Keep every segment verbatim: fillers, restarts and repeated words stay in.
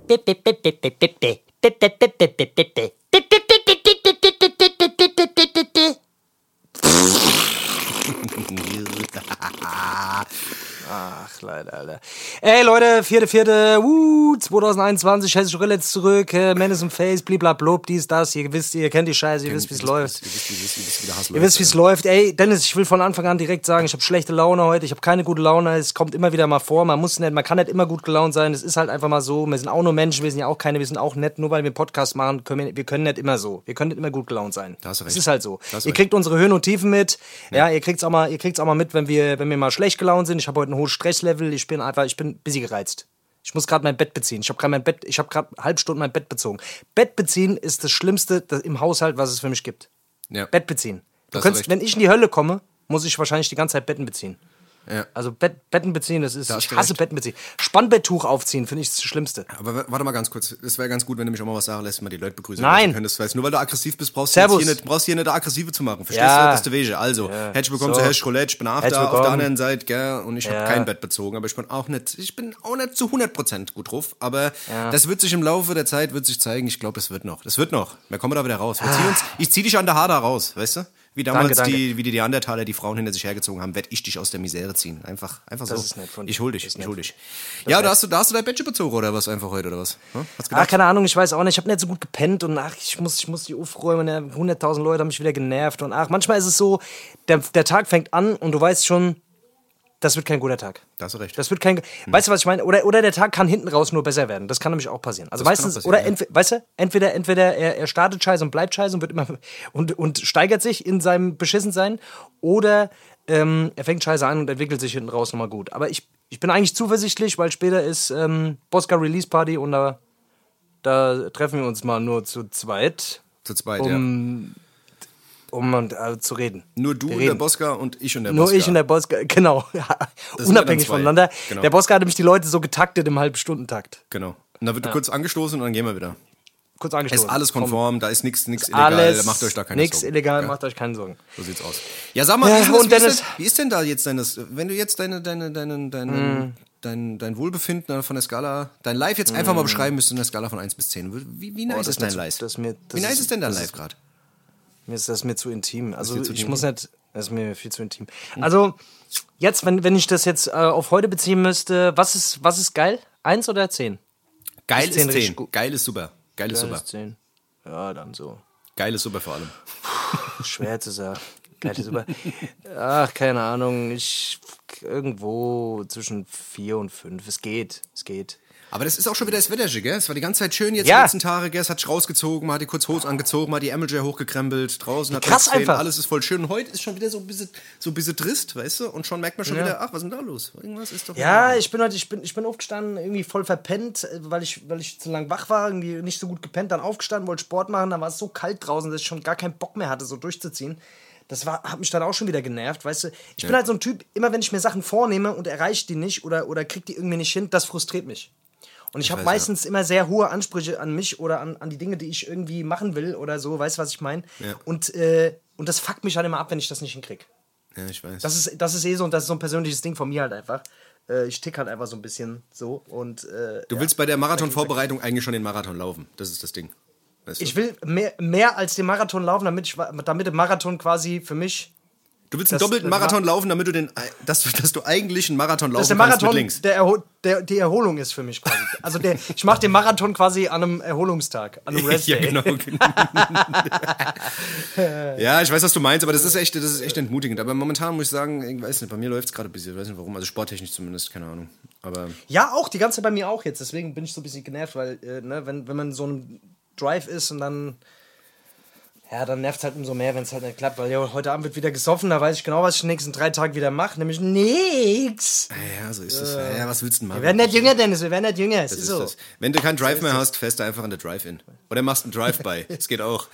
Ach, leider, Alter. Ey, Leute, vierte, vierte, uh, zwanzig einundzwanzig, Hessische Roulette ist zurück, äh, Man is im Face, bliblablub, dies, das, ihr wisst, ihr kennt die Scheiße, ihr wisst, wie es läuft. Ihr wisst, wie es läuft. Ihr wisst, wie es läuft. Ey, Dennis, ich will von Anfang an direkt sagen, ich habe schlechte Laune heute, ich habe keine gute Laune, es kommt immer wieder mal vor, man muss nicht, man kann nicht immer gut gelaunt sein, es ist halt einfach mal so, wir sind auch nur Menschen, wir sind ja auch keine, wir sind auch nett, nur weil wir einen Podcast machen, können wir, wir können nicht immer so, wir können nicht immer gut gelaunt sein. Da hast du recht. Es ist halt so. Ihr kriegt unsere Höhen und Tiefen mit, ja, ja ihr kriegt's auch mal, ihr kriegt's auch mal mit, wenn wir, wenn wir mal schlecht gelaunt sind. Ich habe heute ein hohes Stresslevel, ich bin einfach, ich bin ein bisschen gereizt. Ich muss gerade mein Bett beziehen. Ich habe gerade mein Bett, ich habe gerade halb Stunde mein Bett bezogen. Bett beziehen ist das Schlimmste das im Haushalt, was es für mich gibt. Ja. Bett beziehen. Du könntest, wenn ich in die Hölle komme, muss ich wahrscheinlich die ganze Zeit Betten beziehen. Ja. Also Bett, Betten beziehen, das ist, da ich hasse recht. Betten beziehen. Spannbetttuch aufziehen, finde ich das Schlimmste. Aber warte mal ganz kurz, es wäre ganz gut, wenn du mich auch mal was sagen lässt, mal die Leute begrüßen Nein. könntest. Weißt, nur weil du aggressiv bist, brauchst du hier nicht, brauchst hier nicht aggressive zu machen. Verstehst ja. du? Das ist der Wege. Also, ja. herzlich willkommen so. zu Hesh Roulette, ich bin auch da auf der anderen Seite, gell, und ich ja. habe kein Bett bezogen, aber ich bin auch nicht, ich bin auch nicht zu hundert Prozent gut drauf, aber ja. das wird sich im Laufe der Zeit, wird sich zeigen, ich glaube, es wird noch. Das wird noch. Wir kommen da wieder raus. Wir ziehen uns, ich zieh dich an der Hader raus, weißt du? Wie damals danke, die, danke. wie die Neandertaler die Frauen hinter sich hergezogen haben, werde ich dich aus der Misere ziehen. Einfach, einfach so. Das ist nett von dir. Ich hol dich, ich hol dich. Ja, da hast du, da hast du dein Bettchen bezogen oder was einfach heute oder was? Hm? Ach, keine Ahnung, ich weiß auch nicht. Ich habe nicht so gut gepennt und ach, ich muss, ich muss die aufräumen. hunderttausend Leute haben mich wieder genervt und ach, manchmal ist es so, der, der Tag fängt an und du weißt schon, das wird kein guter Tag. Da hast du recht. Das wird kein. Hm. Weißt du, was ich meine? Oder, oder der Tag kann hinten raus nur besser werden. Das kann nämlich auch passieren. Also das meistens, passieren, oder ja. entweder, weißt du, entweder, entweder er, er startet scheiße und bleibt scheiße und wird immer und, und steigert sich in seinem Beschissensein, oder ähm, er fängt scheiße an und entwickelt sich hinten raus nochmal gut. Aber ich, ich bin eigentlich zuversichtlich, weil später ist ähm, Bosca Release Party und da, da treffen wir uns mal nur zu zweit. Zu zweit, um, ja. Um äh, zu reden. Nur du und der Bosca und ich und der Bosca. Nur ich und der Bosca, genau. Unabhängig voneinander. Genau. Der Bosca hat nämlich die Leute so getaktet im Halbstundentakt. Genau. Und dann wird ja. kurz angestoßen und dann gehen wir wieder. Kurz angestoßen. Ist alles konform, da ist nichts illegal, alles, macht euch da keine nix Sorgen. Nichts illegal, ja? macht euch keine Sorgen. So sieht's aus. Ja, sag mal, ja, wie, ist das, und wie, ist Dennis, denn, wie ist denn da jetzt deines, wenn du jetzt deine, deine, deine, deine, mm. dein, dein Wohlbefinden von der Skala, dein Live jetzt mm. einfach mal beschreiben müsstest in der Skala von eins bis zehn. Wie, wie nice oh, ist dein Live? Das mir, das wie nice ist, ist denn dein Live gerade? Mir ist das mir zu intim. Also zu ich intim. muss nicht, das ist mir viel zu intim. Also jetzt, wenn, wenn ich das jetzt äh, auf heute beziehen müsste, was ist, was ist geil? Eins oder zehn? Geil ist zehn. Ist zehn. Geil ist super. Geil ist geil super. Ist zehn. Ja, dann so. Geil ist super vor allem. Schwer zu sagen. Geil ist super. Ach, keine Ahnung. Ich irgendwo zwischen vier und fünf. Es geht. Es geht. Aber das ist auch schon wieder das Wetter, gell? Es war die ganze Zeit schön jetzt ja. die letzten Tage, gell? Es hat sich rausgezogen, man hat die kurz Hose angezogen, man hat die Ärmel hochgekrempelt, draußen hat krass gesehen, einfach. Alles ist voll schön. Und heute ist schon wieder so ein bisschen, so ein bisschen trist, weißt du? Und schon merkt man schon ja. wieder, ach, was ist denn da los? Irgendwas ist doch... Ja, ich bin heute, ich bin, ich bin aufgestanden, irgendwie voll verpennt, weil ich, weil ich zu lang wach war, irgendwie nicht so gut gepennt, dann aufgestanden, wollte Sport machen, dann war es so kalt draußen, dass ich schon gar keinen Bock mehr hatte, so durchzuziehen. Das war, hat mich dann auch schon wieder genervt, weißt du? Ich ja. bin halt so ein Typ, immer wenn ich mir Sachen vornehme und erreiche die nicht oder, oder krieg die irgendwie nicht hin, das frustriert mich. Und ich, ich habe meistens ja. immer sehr hohe Ansprüche an mich oder an, an die Dinge, die ich irgendwie machen will oder so, weißt du, was ich meine? Ja. Und, äh, und das fuckt mich halt immer ab, wenn ich das nicht hinkriege. Ja, ich weiß. Das ist, das ist eh so, und das ist so ein persönliches Ding von mir halt einfach. Äh, ich tick halt einfach so ein bisschen so. Und, äh, du willst ja, bei der Marathon-Vorbereitung eigentlich schon den Marathon laufen, das ist das Ding. Weißt du? Ich will mehr, mehr als den Marathon laufen, damit, ich, damit der Marathon quasi für mich... Du willst einen das, doppelten Marathon Ma- laufen, damit du den, dass du, dass du eigentlich einen Marathon laufen dass der Marathon kannst mit links. Der Erho- der, die Erholung ist für mich quasi. Also der, ich mache den Marathon quasi an einem Erholungstag, an einem Rest Day. Ja, genau. Ja, ich weiß, was du meinst, aber das ist echt, das ist echt entmutigend. Aber momentan muss ich sagen, ich weiß nicht, bei mir läuft es gerade ein bisschen, ich weiß nicht warum, also sporttechnisch zumindest, keine Ahnung. Aber ja, auch, die ganze Zeit bei mir auch jetzt, deswegen bin ich so ein bisschen genervt, weil, äh, ne, wenn, wenn man so ein Drive ist und dann... Ja, dann nervt es halt umso mehr, wenn es halt nicht klappt, weil ja, heute Abend wird wieder gesoffen, da weiß ich genau, was ich in den nächsten drei Tagen wieder mache, nämlich nix. Ja, so ist es. Äh, ja, was willst du denn machen? Wir werden nicht jünger, Dennis, wir werden nicht jünger, es das ist, ist so. Das. Wenn du keinen Drive mehr hast, fährst du einfach an der Drive-In. Oder machst einen Drive-By, das geht auch.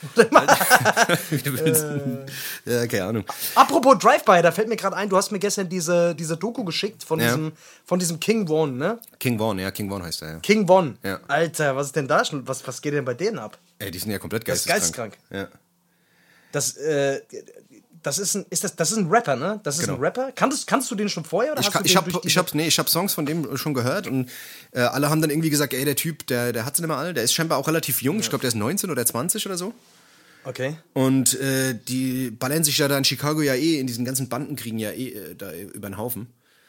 Ja, keine Ahnung. Apropos Drive-By, da fällt mir gerade ein, du hast mir gestern diese, diese Doku geschickt von, ja. diesem, von diesem King Von, ne? King Von, ja, King Von heißt er, ja. King Von, ja. Alter, was ist denn da schon, was, was geht denn bei denen ab? Ey, die sind ja komplett geisteskrank. Das ist geisteskrank. Ja. Das, äh, das ist ein, ist das, das ist ein Rapper, ne? Das ist genau. ein Rapper. Kannst, kannst du den schon vorher? Oder ich hast kann, du ich habe ich hab, nee, ich hab Songs von dem schon gehört und äh, alle haben dann irgendwie gesagt, ey, der Typ, der, der hat sie nicht mehr alle. Der ist scheinbar auch relativ jung. Ja. Ich glaube, der ist neunzehn oder zwanzig oder so. Okay. Und äh, die ballern sich ja da in Chicago ja eh, in diesen ganzen Bandenkriegen ja eh äh, da über den Haufen.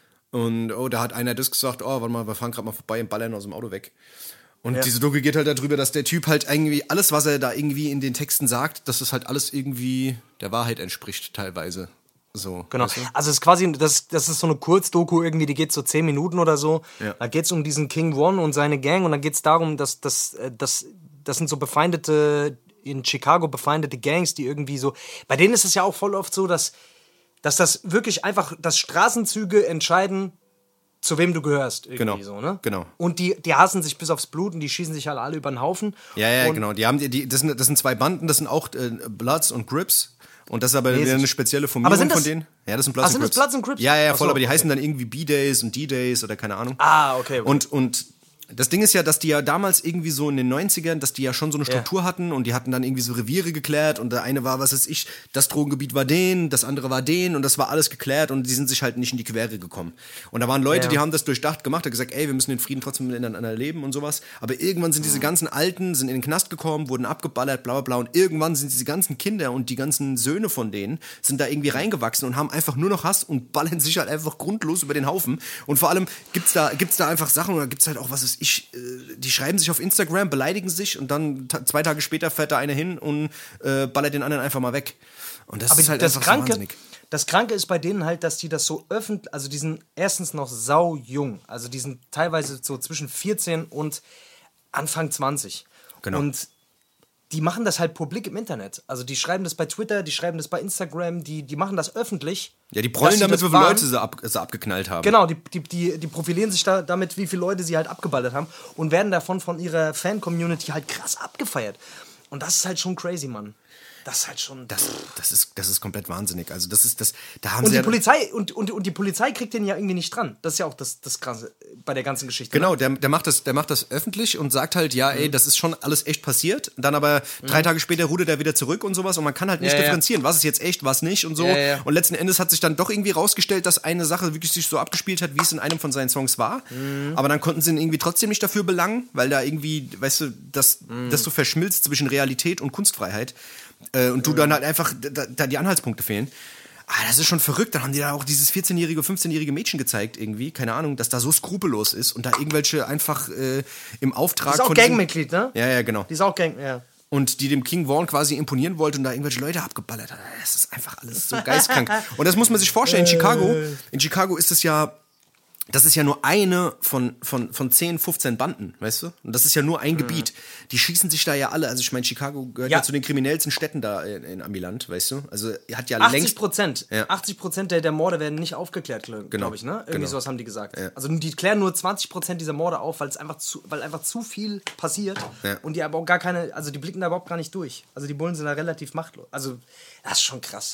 Und oh, da hat einer das gesagt, oh, warte mal, wir fahren gerade mal vorbei und ballern aus dem Auto weg. Und ja. diese Doku geht halt darüber, dass der Typ halt irgendwie, alles, was er da irgendwie in den Texten sagt, dass das halt alles irgendwie der Wahrheit entspricht teilweise. So, genau. Weißt du? Also es ist quasi, das, das ist so eine Kurzdoku irgendwie, die geht so zehn Minuten oder so. Ja. Da geht es um diesen King Von und seine Gang und dann geht es darum, dass, dass, dass das sind so befeindete, in Chicago befeindete Gangs, die irgendwie so, bei denen ist es ja auch voll oft so, dass, dass das wirklich einfach, dass Straßenzüge entscheiden, zu wem du gehörst, irgendwie genau, so, ne? Genau. Und die, die hassen sich bis aufs Blut und die schießen sich halt alle über den Haufen. Ja, ja, und genau. Die haben die, die, das, sind, das sind zwei Banden, das sind auch äh, Bloods und Crips. Und das ist aber wieder eine spezielle Formierung das, von denen. Ja, das sind Bloods ah, und Crips. Sind das Bloods und Crips? Ja, ja, voll, so, aber die okay. heißen dann irgendwie B-Days und D-Days oder keine Ahnung. Ah, okay. okay. Und, und das Ding ist ja, dass die ja damals irgendwie so in den neunzigern, dass die ja schon so eine Struktur ja. hatten und die hatten dann irgendwie so Reviere geklärt und der eine war, was weiß ich, das Drogengebiet war den, das andere war den und das war alles geklärt und die sind sich halt nicht in die Quere gekommen. Und da waren Leute, ja. die haben das durchdacht gemacht, haben gesagt, ey, wir müssen den Frieden trotzdem miteinander leben und sowas. Aber irgendwann sind diese ganzen Alten, sind in den Knast gekommen, wurden abgeballert, bla bla bla und irgendwann sind diese ganzen Kinder und die ganzen Söhne von denen sind da irgendwie reingewachsen und haben einfach nur noch Hass und ballern sich halt einfach grundlos über den Haufen. Und vor allem gibt's da, gibt's da einfach Sachen oder gibt's halt auch, was weiß ich, äh, die schreiben sich auf Instagram, beleidigen sich und dann t- zwei Tage später fährt da einer hin und äh, ballert den anderen einfach mal weg. Und das Aber ist halt das einfach Kranke, so wahnsinnig. Das Kranke ist bei denen halt, dass die das so öffentlich, also die sind erstens noch sau jung, also die sind teilweise so zwischen vierzehn und Anfang zwanzig. Genau. Und die machen das halt publik im Internet. Also die schreiben das bei Twitter, die schreiben das bei Instagram, die, die machen das öffentlich. Ja, die prollen damit, wie viele Leute sie, ab, sie abgeknallt haben. Genau, die, die, die, die profilieren sich da damit, wie viele Leute sie halt abgeballert haben und werden davon von ihrer Fan-Community halt krass abgefeiert. Und das ist halt schon crazy, Mann. Das ist halt schon. Das, das, ist, das ist komplett wahnsinnig. Also, das ist das. Da haben und, sie die ja Polizei, und, und, und die Polizei kriegt den ja irgendwie nicht dran. Das ist ja auch das, das Krasse bei der ganzen Geschichte. Genau, ne? der, der, macht das, der macht das öffentlich und sagt halt, ja, ey, das ist schon alles echt passiert. Dann aber mhm. drei Tage später rudert er wieder zurück und sowas. Und man kann halt nicht ja, differenzieren, ja. was ist jetzt echt, was nicht und so. Ja, ja. Und letzten Endes hat sich dann doch irgendwie rausgestellt, dass eine Sache wirklich sich so abgespielt hat, wie es in einem von seinen Songs war. Mhm. Aber dann konnten sie ihn irgendwie trotzdem nicht dafür belangen, weil da irgendwie, weißt du, das, mhm. das so verschmilzt zwischen Realität und Kunstfreiheit. Äh, und du mhm. dann halt einfach, da, da die Anhaltspunkte fehlen. Ah, das ist schon verrückt. Dann haben die da auch dieses vierzehnjährige, fünfzehnjährige Mädchen gezeigt irgendwie. Keine Ahnung, dass da so skrupellos ist und da irgendwelche einfach äh, im Auftrag. Die ist auch Gangmitglied, ne? Ja, ja, genau. Die ist auch Gang, ja. Und die dem King Von quasi imponieren wollte und da irgendwelche Leute abgeballert hat. Das ist einfach alles so geistkrank. Und das muss man sich vorstellen. In Chicago, in Chicago ist es ja, das ist ja nur eine von, von, von zehn, fünfzehn Banden, weißt du? Und das ist ja nur ein mhm. Gebiet. Die schießen sich da ja alle. Also ich meine, Chicago gehört ja. ja zu den kriminellsten Städten da in, in Amiland, weißt du? Also hat ja längst... achtzig Prozent. Ja. achtzig Prozent der, der Morde werden nicht aufgeklärt, glaube genau. ich, ne? Irgendwie genau. sowas haben die gesagt. Ja. Also die klären nur zwanzig Prozent dieser Morde auf, weil es einfach zu, weil einfach zu viel passiert. Ja. Und die aber auch gar keine, also die blicken da überhaupt gar nicht durch. Also die Bullen sind da relativ machtlos. Also das ist schon krass.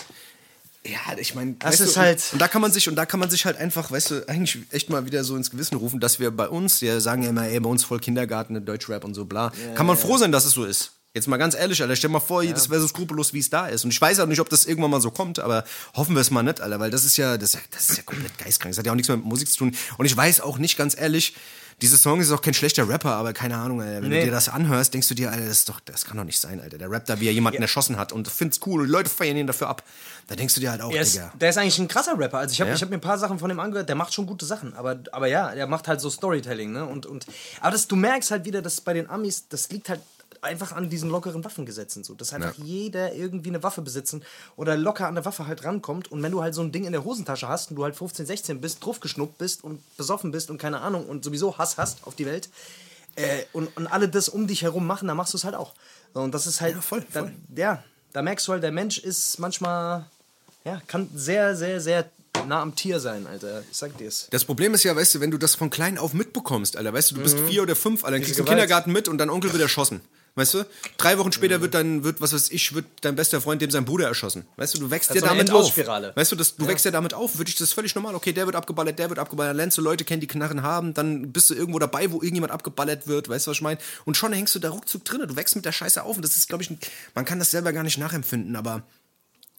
Ja, ich meine, das ist du, halt. Und da kann man sich und da kann man sich halt einfach, weißt du, eigentlich echt mal wieder so ins Gewissen rufen, dass wir bei uns, wir sagen ja immer, ey, bei uns voll Kindergarten, Deutschrap und so bla. Ja, kann man froh sein, dass es so ist. Jetzt mal ganz ehrlich, Alter, stell dir mal vor, ja. das wäre so skrupellos, wie es da ist. Und ich weiß auch nicht, ob das irgendwann mal so kommt, aber hoffen wir es mal nicht, Alter, weil das ist ja, das, das ist ja komplett geistkrank. Das hat ja auch nichts mehr mit Musik zu tun. Und ich weiß auch nicht, ganz ehrlich, dieser Song ist auch kein schlechter Rapper, aber keine Ahnung, Alter. Wenn nee. du dir das anhörst, denkst du dir, Alter, das ist doch, das kann doch nicht sein, Alter. Der rappt da, wie er jemanden ja. erschossen hat und find's cool und die Leute feiern ihn dafür ab. Da denkst du dir halt auch, der ist, Digga. Der ist eigentlich ein krasser Rapper. Also ich habe ja? ich hab mir ein paar Sachen von ihm angehört, der macht schon gute Sachen. Aber, aber ja, der macht halt so Storytelling, ne? Und, und, aber das, du merkst halt wieder, dass bei den Amis, das liegt halt einfach an diesen lockeren Waffengesetzen so, dass einfach ja. jeder irgendwie eine Waffe besitzen oder locker an der Waffe halt rankommt und wenn du halt so ein Ding in der Hosentasche hast und du halt fünfzehn, sechzehn bist, draufgeschnuppt bist und besoffen bist und keine Ahnung und sowieso Hass hast auf die Welt äh, und, und alle das um dich herum machen, dann machst du es halt auch. Und das ist halt, ja, voll, voll. Da, ja, da merkst du halt, der Mensch ist manchmal, ja, kann sehr, sehr, sehr nah am Tier sein, Alter. Ich sag dir's. Das Problem ist ja, weißt du, wenn du das von klein auf mitbekommst, Alter, weißt du, du bist mhm. vier oder fünf, Alter, dann kriegst du im Kindergarten mit und dein Onkel wird erschossen. Weißt du? Drei Wochen später mhm. wird dann, wird, was weiß ich, wird dein bester Freund dem sein Bruder erschossen. Weißt du, du wächst ja damit auf. Weißt du, das, du ja. wächst ja damit auf, wirklich, das ist völlig normal. Okay, der wird abgeballert, der wird abgeballert, dann lernst du Leute kennen, die Knarren haben, dann bist du irgendwo dabei, wo irgendjemand abgeballert wird, weißt du, was ich meine? Und schon hängst du da ruckzuck drin, du wächst mit der Scheiße auf und das ist, glaube ich, ein, man kann das selber gar nicht nachempfinden, aber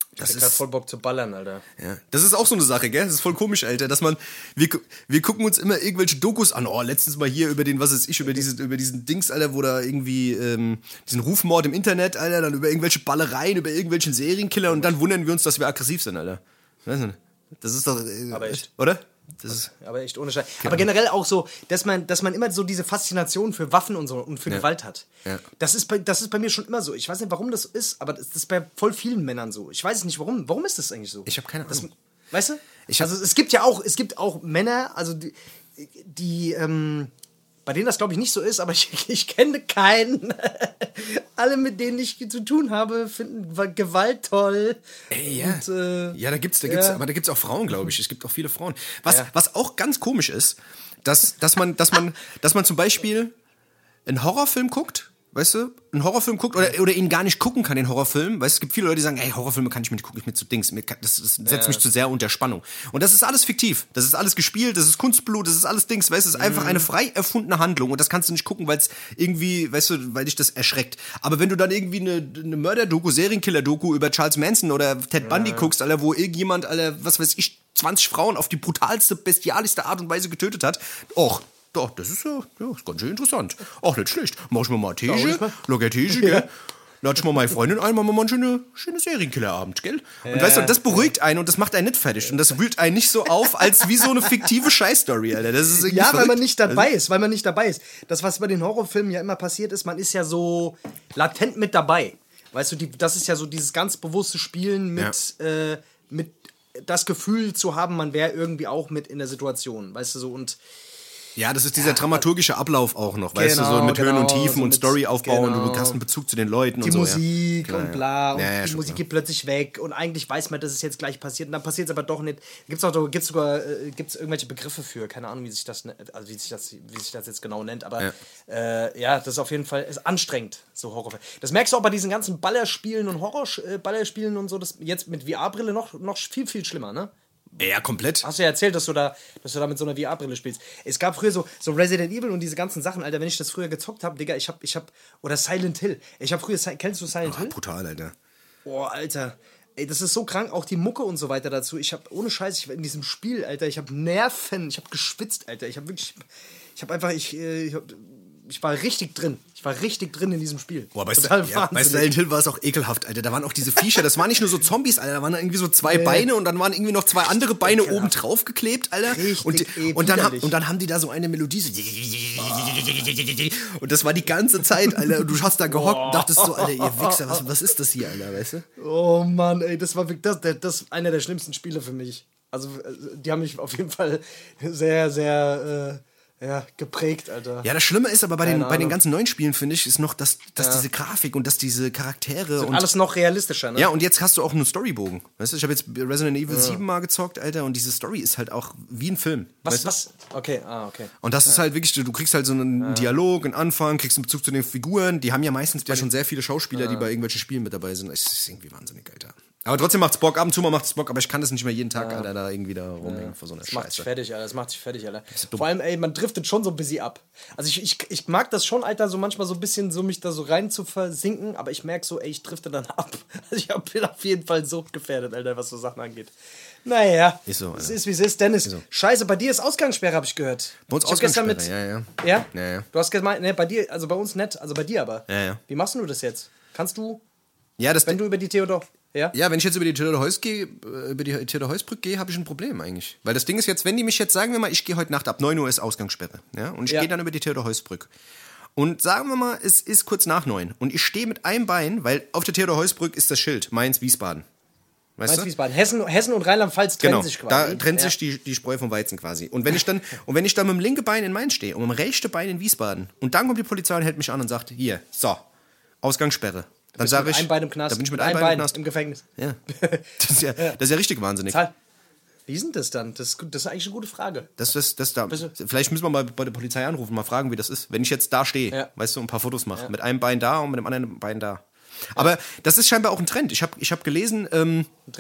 Das ist voll Bock zu ballern, Alter. Ja, das ist auch so eine Sache, gell? Das ist voll komisch, Alter, dass man, wir, wir gucken uns immer irgendwelche Dokus an. Oh, letztens mal hier über den, was ist ich, über diesen, über diesen Dings, Alter, wo da irgendwie, ähm, diesen Rufmord im Internet, Alter, dann über irgendwelche Ballereien, über irgendwelchen Serienkiller und dann wundern wir uns, dass wir aggressiv sind, Alter. Weißt du? Das ist doch, äh, aber echt. Oder? Das ist aber echt ohne Scheiß. Aber generell auch so, dass man, dass man immer so diese Faszination für Waffen und so und für ja. Gewalt hat. Ja. Das ist bei, das ist bei mir schon immer so. Ich weiß nicht, warum das ist, aber das ist bei voll vielen Männern so. Ich weiß nicht, warum. Warum ist das eigentlich so? Ich habe keine Ahnung. Das, weißt du? Ich also es gibt ja auch, es gibt auch Männer, also die, die ähm, bei denen das glaube ich nicht so ist, aber ich, ich kenne keinen. Alle, mit denen ich zu tun habe, finden Gewalt toll. Ey, ja. Und, äh, ja, da gibt's, da ja. gibt's, aber da gibt's auch Frauen, glaube ich. Es gibt auch viele Frauen. Was, ja. was auch ganz komisch ist, dass, dass man, dass man, dass man zum Beispiel einen Horrorfilm guckt, weißt du, einen Horrorfilm guckt oder, oder ihn gar nicht gucken kann, den Horrorfilm. Weißt du, es gibt viele Leute, die sagen, hey, Horrorfilme kann ich mir nicht gucken, ich mir zu Dings. Das, das setzt ja. mich zu sehr unter Spannung. Und das ist alles fiktiv. Das ist alles gespielt, das ist Kunstblut, das ist alles Dings, weißt du, das ist einfach eine frei erfundene Handlung und das kannst du nicht gucken, weil es irgendwie, weißt du, weil dich das erschreckt. Aber wenn du dann irgendwie eine, eine Mörder-Doku, Serienkiller-Doku über Charles Manson oder Ted Bundy ja. guckst, Alter, wo irgendjemand, Alter, was weiß ich, zwanzig Frauen auf die brutalste, bestialischste Art und Weise getötet hat, och, doch, das ist ja, ja ist ganz schön interessant. Auch nicht schlecht. Mach ich mir mal Tege, locker Tege, gell? Lade ich mal meine Freundin ein, machen wir mal einen schönen, schönen Serienkillerabend, gell? Und ja. weißt du, das beruhigt einen und das macht einen nicht fertig. Und das wühlt einen nicht so auf, als wie so eine fiktive Scheißstory, Alter. Das ist ja, verrückt. weil man nicht dabei ist, weil man nicht dabei ist. Das, was bei den Horrorfilmen ja immer passiert ist, man ist ja so latent mit dabei. Weißt du, die, das ist ja so dieses ganz bewusste Spielen mit, ja. äh, mit das Gefühl zu haben, man wäre irgendwie auch mit in der Situation, weißt du, so und ja, das ist dieser ja, dramaturgische Ablauf auch noch, weißt genau, du, so mit genau, Höhen und Tiefen so und Story aufbauen genau. und du hast einen Bezug zu den Leuten die und so. Musik ja. und bla und ja, ja, die Musik klar. geht plötzlich weg und eigentlich weiß man, dass es jetzt gleich passiert und dann passiert es aber doch nicht. Gibt's auch gibt's sogar äh, gibt's irgendwelche Begriffe für, keine Ahnung, wie sich das also wie sich das wie sich das jetzt genau nennt, aber ja, äh, ja das ist auf jeden Fall ist anstrengend, so Horrorfilme. Das merkst du auch bei diesen ganzen Ballerspielen und Horror-Ballerspielen und so, das jetzt mit V R-Brille noch noch viel viel schlimmer, ne? Ja, komplett. Hast du ja erzählt, dass du da, dass du da mit so einer V R-Brille spielst. Es gab früher so, so Resident Evil und diese ganzen Sachen, Alter, wenn ich das früher gezockt habe, Digga, ich hab, ich hab, oder Silent Hill. Ich hab früher, kennst du Silent oh, Hill? Brutal, Alter. Boah, Alter. Ey, das ist so krank, auch die Mucke und so weiter dazu. Ich hab, ohne Scheiß, ich war in diesem Spiel, Alter, ich hab Nerven, ich hab geschwitzt, Alter. Ich hab wirklich, ich hab einfach, ich, ich hab, ich war richtig drin. Ich war richtig drin in diesem Spiel. Boah, bei, Total ja, bei Silent Hill war es auch ekelhaft, Alter. Da waren auch diese Viecher, das waren nicht nur so Zombies, Alter. Da waren irgendwie so zwei äh, Beine und dann waren irgendwie noch zwei andere Beine ekelhaft. Oben drauf geklebt, Alter. Richtig und, und, dann, und dann haben die da so eine Melodie so und das war die ganze Zeit, Alter. Und du hast da gehockt und dachtest so, Alter, ihr Wichser, was, was ist das hier, Alter, weißt du? Oh Mann, ey, das war wirklich, das, das ist einer der schlimmsten Spiele für mich. Also, die haben mich auf jeden Fall sehr, sehr, äh, ja, geprägt, Alter. Ja, das Schlimme ist aber bei den, bei den ganzen neuen Spielen, finde ich, ist noch, dass, dass ja. diese Grafik und dass diese Charaktere und alles noch realistischer, ne? Ja, und jetzt hast du auch einen Storybogen. Weißt du, ich habe jetzt Resident Evil ja. sieben mal gezockt, Alter, und diese Story ist halt auch wie ein Film. Was, weißt was? Du? Okay, ah, okay. Und das ja. ist halt wirklich, du kriegst halt so einen ja. Dialog, einen Anfang, kriegst einen Bezug zu den Figuren. Die haben ja meistens ja schon sehr viele Schauspieler, ja. die bei irgendwelchen Spielen mit dabei sind. Das ist irgendwie wahnsinnig, Alter. Aber trotzdem macht's Bock, ab und zu mal macht's Bock, aber ich kann das nicht mehr jeden Tag, ja. Alter, da irgendwie da rumhängen ja. vor so einer das Scheiße. Das macht dich fertig, Alter, das macht dich fertig, Alter. Vor allem, ey, man driftet schon so ein bisschen ab. Also ich, ich, ich mag das schon, Alter, so manchmal so ein bisschen so mich da so rein zu versinken, aber ich merke so, ey, ich drifte dann ab. Also ich bin auf jeden Fall suchtgefährdet, Alter, was so Sachen angeht. Naja, ist so, es ist wie es ist. Dennis, ist so. Scheiße, bei dir ist Ausgangssperre, habe ich gehört. Bei uns ich Ausgangssperre, mit, ja, ja. Ja? Ja, ja. Du hast gemeint, ne, bei dir, also bei uns nicht, also bei dir aber. Ja, ja. Wie machst du das jetzt? Kannst du, ja, das wenn du über die Theodor... Ja? ja, wenn ich jetzt über die Theodor-Heuss gehe, über die Theodor-Heuss-Brücke gehe, habe ich ein Problem eigentlich. Weil das Ding ist jetzt, wenn die mich jetzt, sagen wir mal, ich gehe heute Nacht ab neun Uhr ist Ausgangssperre, ja, und ich ja. gehe dann über die Theodor-Heuss-Brücke. Und sagen wir mal, es ist kurz nach neun und ich stehe mit einem Bein, weil auf der Theodor-Heuss-Brücke ist das Schild Mainz-Wiesbaden. Weißt Mainz, Wiesbaden. Hessen, Hessen und Rheinland-Pfalz trennen genau, sich quasi. Da trennt ja. sich die, die Spreu vom Weizen quasi. Und wenn ich dann, und wenn ich dann mit dem linken Bein in Mainz stehe und mit dem rechten Bein in Wiesbaden und dann kommt die Polizei und hält mich an und sagt, hier, so, Ausgangssperre. Dann sage ich, ein Bein im Knast. Da bin ich mit, mit einem Bein, Bein im Knast. Im Gefängnis. Ja. Das ist ja, das ist ja richtig wahnsinnig. Zahl. Wie ist denn das dann? Das, das ist eigentlich eine gute Frage. Das, das, das da. Vielleicht müssen wir mal bei der Polizei anrufen, mal fragen, wie das ist. Wenn ich jetzt da stehe, ja. weißt du, ein paar Fotos mache, ja. mit einem Bein da und mit dem anderen Bein da. Aber ja. das ist scheinbar auch ein Trend. Ich habe ich hab gelesen, ähm, ein Trend.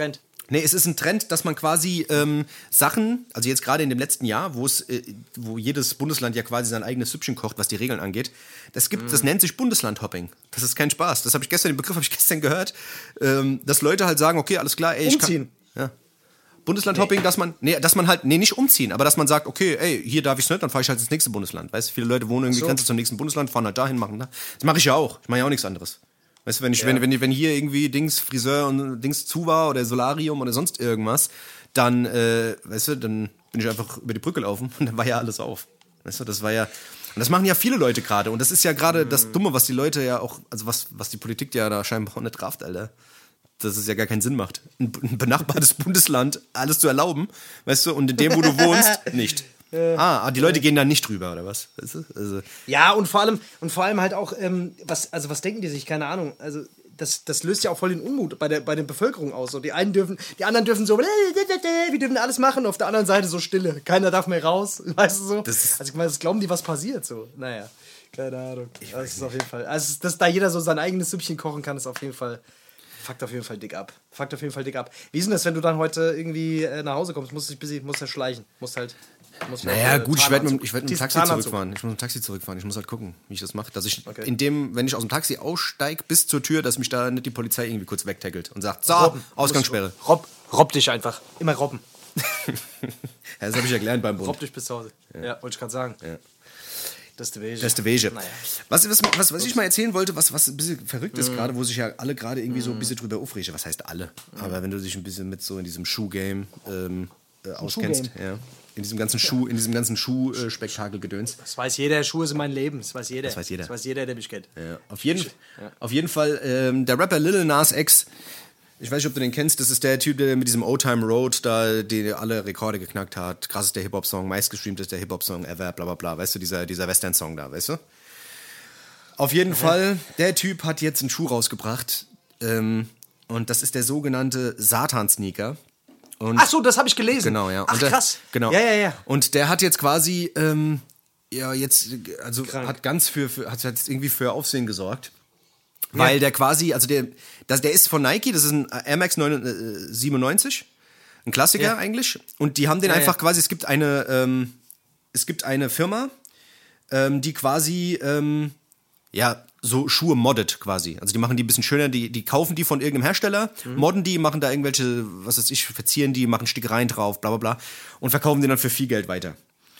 Nee, es ist ein Trend, dass man quasi ähm, Sachen, also jetzt gerade in dem letzten Jahr, wo es, äh, wo jedes Bundesland ja quasi sein eigenes Süppchen kocht, was die Regeln angeht, das gibt, mm. das nennt sich Bundeslandhopping. Das ist kein Spaß. Das habe ich gestern, den Begriff habe ich gestern gehört, ähm, dass Leute halt sagen, okay, alles klar, ey, ich umziehen. kann... Ja. Bundeslandhopping, nee. dass man, nee, dass man halt, nee, nicht umziehen, aber dass man sagt, okay, ey, hier darf ich's nicht, dann fahre ich halt ins nächste Bundesland. Weißt du, viele Leute wohnen irgendwie so. Grenze zum nächsten Bundesland, fahren halt dahin, machen da. Das mache ich ja auch. Ich mache ja auch nichts anderes. Weißt du, wenn ich, ja. wenn, wenn, wenn hier irgendwie Dings Friseur und Dings zu war oder Solarium oder sonst irgendwas, dann, äh, weißt du, dann bin ich einfach über die Brücke laufen und dann war ja alles auf. Weißt du, das war ja, und das machen ja viele Leute gerade und das ist ja gerade mhm. das Dumme, was die Leute ja auch, also was, was die Politik ja da scheinbar auch nicht rafft, Alter. Dass es ja gar keinen Sinn macht, ein, ein benachbartes Bundesland alles zu erlauben, weißt du, und in dem, wo du wohnst, nicht. Ah, die Leute gehen da nicht drüber, oder was? Weißt du? Also. Ja, und vor allem, und vor allem halt auch, ähm, was, also was denken die sich? Keine Ahnung. Also das, das löst ja auch voll den Unmut bei der, bei der Bevölkerung aus. So, die einen dürfen, die anderen dürfen so, wir dürfen alles machen, auf der anderen Seite so Stille. Keiner darf mehr raus, weißt du so? Das also ich meine, das glauben die, was passiert so. Naja, keine Ahnung. Ich das ist auf jeden Fall, also dass da jeder so sein eigenes Süppchen kochen kann, ist auf jeden Fall. Fuckt auf jeden Fall dick ab. Fuckt auf jeden Fall dick ab. Wie ist denn das, wenn du dann heute irgendwie äh, nach Hause kommst? Musst du dich bisschen, musst ja schleichen. Musst halt. Musst naja, halt, äh, gut, ich werde mit, ich werd mit dem Taxi zurückfahren. Ich muss mit dem Taxi zurückfahren. Ich muss halt gucken, wie ich das mache. Dass ich okay. in dem, wenn ich aus dem Taxi aussteige bis zur Tür, dass mich da nicht die Polizei irgendwie kurz wegtackelt und sagt, so, robben. Ausgangssperre. Robb, robb dich einfach. Immer robben. Ja, das habe ich ja gelernt beim Bund. Robb dich bis zu Hause. Ja, ja wollte ich gerade sagen. Ja. Das ist der Wege. Das ist der Wege. Naja. Was, was, was, was ich mal erzählen wollte, was, was ein bisschen verrückt ist mm. gerade, wo sich ja alle gerade irgendwie mm. so ein bisschen drüber aufregen. Was heißt alle? Mm. Aber wenn du dich ein bisschen mit so in diesem Schuh-Game ähm, äh, auskennst, ja, in diesem ganzen Schuh, in diesem ganzen Schuh-Spektakel-Gedöns. Das weiß jeder, Schuhe sind mein Leben. Das weiß jeder. Das weiß jeder. Das weiß jeder, der mich kennt. Ja. Auf, jeden, ja. auf jeden Fall, ähm, der Rapper Lil Nas X, ich weiß nicht, ob du den kennst, das ist der Typ, der mit diesem Old Time Road da die alle Rekorde geknackt hat. Krass ist der Hip-Hop-Song, meistgestreamt ist der Hip-Hop-Song ever, bla bla bla. Weißt du, dieser, dieser Western-Song da, weißt du? Auf jeden mhm. Fall, der Typ hat jetzt einen Schuh rausgebracht ähm, und das ist der sogenannte Satan-Sneaker. Und ach so, das habe ich gelesen. Genau, ja. Ach, und der, krass. Genau. Ja, ja, ja. Und der hat jetzt quasi, ähm, ja, jetzt, also Krank. hat ganz für, für, hat jetzt irgendwie für Aufsehen gesorgt. Weil ja. der quasi, also der, das, der ist von Nike, das ist ein Air Max siebenundneunzig, ein Klassiker ja. eigentlich. Und die haben den ja, einfach ja. quasi, es gibt eine, ähm, es gibt eine Firma, ähm, die quasi, ähm, ja, so Schuhe moddet quasi. Also die machen die ein bisschen schöner, die, die kaufen die von irgendeinem Hersteller, mhm. modden die, machen da irgendwelche, was weiß ich, verzieren die, machen Stickereien drauf, bla bla bla und verkaufen die dann für viel Geld weiter.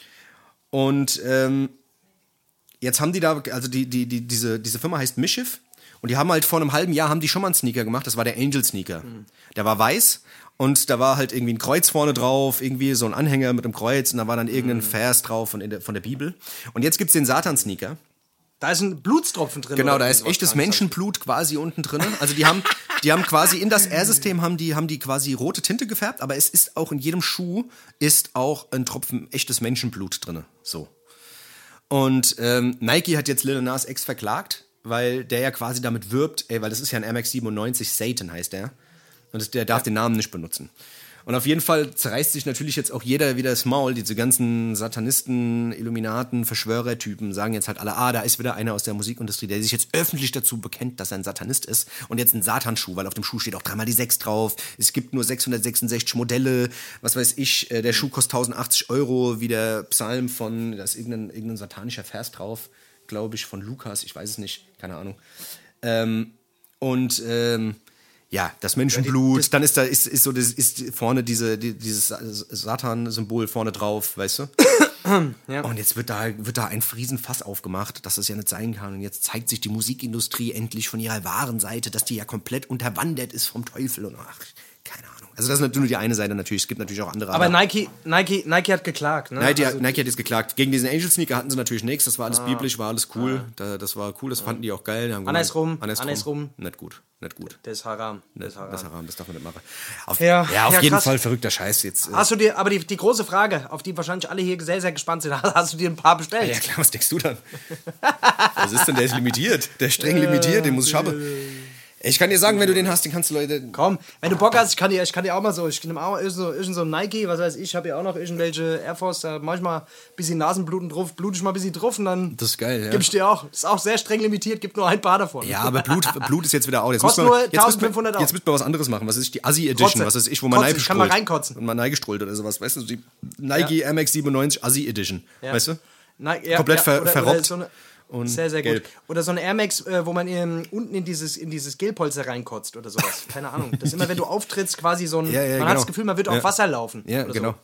Und ähm, jetzt haben die da, also die, die, die, diese, diese Firma heißt Mischief. Und die haben halt vor einem halben Jahr haben die schon mal einen Sneaker gemacht, das war der Angel Sneaker. Mhm. Der war weiß und da war halt irgendwie ein Kreuz vorne drauf, irgendwie so ein Anhänger mit einem Kreuz und da war dann irgendein mhm. Vers drauf von der, von der Bibel. Und jetzt gibt's den Satan Sneaker. Da ist ein Blutstropfen drin. Genau, da ist echtes Menschenblut quasi unten drin. Also die haben, die haben quasi in das Air-System haben die, haben die quasi rote Tinte gefärbt, aber es ist auch in jedem Schuh ist auch ein Tropfen echtes Menschenblut drin. So. Und ähm, Nike hat jetzt Lil Nas X verklagt, weil der ja quasi damit wirbt, ey, weil das ist ja ein Air Max siebenundneunzig, Satan heißt der. Und der darf ja. den Namen nicht benutzen. Und auf jeden Fall zerreißt sich natürlich jetzt auch jeder wieder das Maul. Diese ganzen Satanisten, Illuminaten, Verschwörertypen sagen jetzt halt alle, ah, da ist wieder einer aus der Musikindustrie, der sich jetzt öffentlich dazu bekennt, dass er ein Satanist ist. Und jetzt ein Satanschuh, weil auf dem Schuh steht auch dreimal die sechs drauf. Es gibt nur sechshundertsechsundsechzig Modelle. Was weiß ich, der Schuh kostet tausendachtzig Euro, wie der Psalm von, da ist irgendein, irgendein satanischer Vers drauf, glaube ich, von Lukas, ich weiß es nicht, keine Ahnung. Ähm, und ähm, ja, das Menschenblut, ja, die, dann ist da ist, ist so das, ist vorne diese die, dieses Satan-Symbol vorne drauf, weißt du? Ja. Und jetzt wird da wird da ein Riesenfass aufgemacht, dass das ja nicht sein kann. Und jetzt zeigt sich die Musikindustrie endlich von ihrer wahren Seite, dass die ja komplett unterwandert ist vom Teufel und ach, keine Ahnung. Also das ist nur die eine Seite natürlich, es gibt natürlich auch andere. Aber, aber Nike, Nike, Nike hat geklagt, ne? Nike, also Nike hat jetzt geklagt. Gegen diesen Angel-Sneaker hatten sie natürlich nichts, das war alles ah. biblisch, war alles cool. Ah. Da, das war cool, das fanden die auch geil. Die haben andersrum, gemeint, andersrum. Nicht gut, nicht gut. Das ist Haram. Das ist Haram. Das, Haram, das darf man nicht machen. Auf, ja, ja, auf ja, jeden krass. Fall verrückter Scheiß jetzt. Hast du dir, aber die, die große Frage, auf die wahrscheinlich alle hier sehr, sehr gespannt sind, hast du dir ein paar bestellt? Ja klar, was denkst du dann? Was ist denn, der ist limitiert, der ist streng limitiert, den muss ich haben. Ich kann dir sagen, wenn du den hast, den kannst du Leute... Komm, wenn du Bock hast, ich kann dir, ich kann dir auch mal so, ich nehme auch mal so, irgend so ein Nike, was weiß ich, ich habe ja auch noch irgendwelche Air Force, da manchmal ein bisschen Nasenbluten drauf, blute ich mal ein bisschen drauf und dann... Das ist geil, ja. Gib ich dir auch. Ist auch sehr streng limitiert, gibt nur ein paar davon. Ja, aber Blut, Blut ist jetzt wieder out. Jetzt kostet müssen wir, nur jetzt eintausendfünfhundert müssen wir, jetzt müssen wir was anderes machen. Was ist die Assi Edition? Kotze. Was ist ich, wo man Kotze, Nike ich kann mal reinkotzen. Und man Nike strollt oder sowas, weißt du? Die Nike ja. Air Max siebenundneunzig Assi Edition, ja. weißt du? Na, ja, Komplett ja, ver, oder, verrobbt. Oder so eine, und sehr, sehr gelb. Gut. Oder so ein Air Max, äh, wo man in, unten in dieses, in dieses Gelpolster reinkotzt oder sowas. Keine Ahnung. Das ist immer, wenn du auftrittst, quasi so ein... Ja, ja, man genau. hat das Gefühl, man wird auf ja. Wasser laufen. Ja, oder genau. So.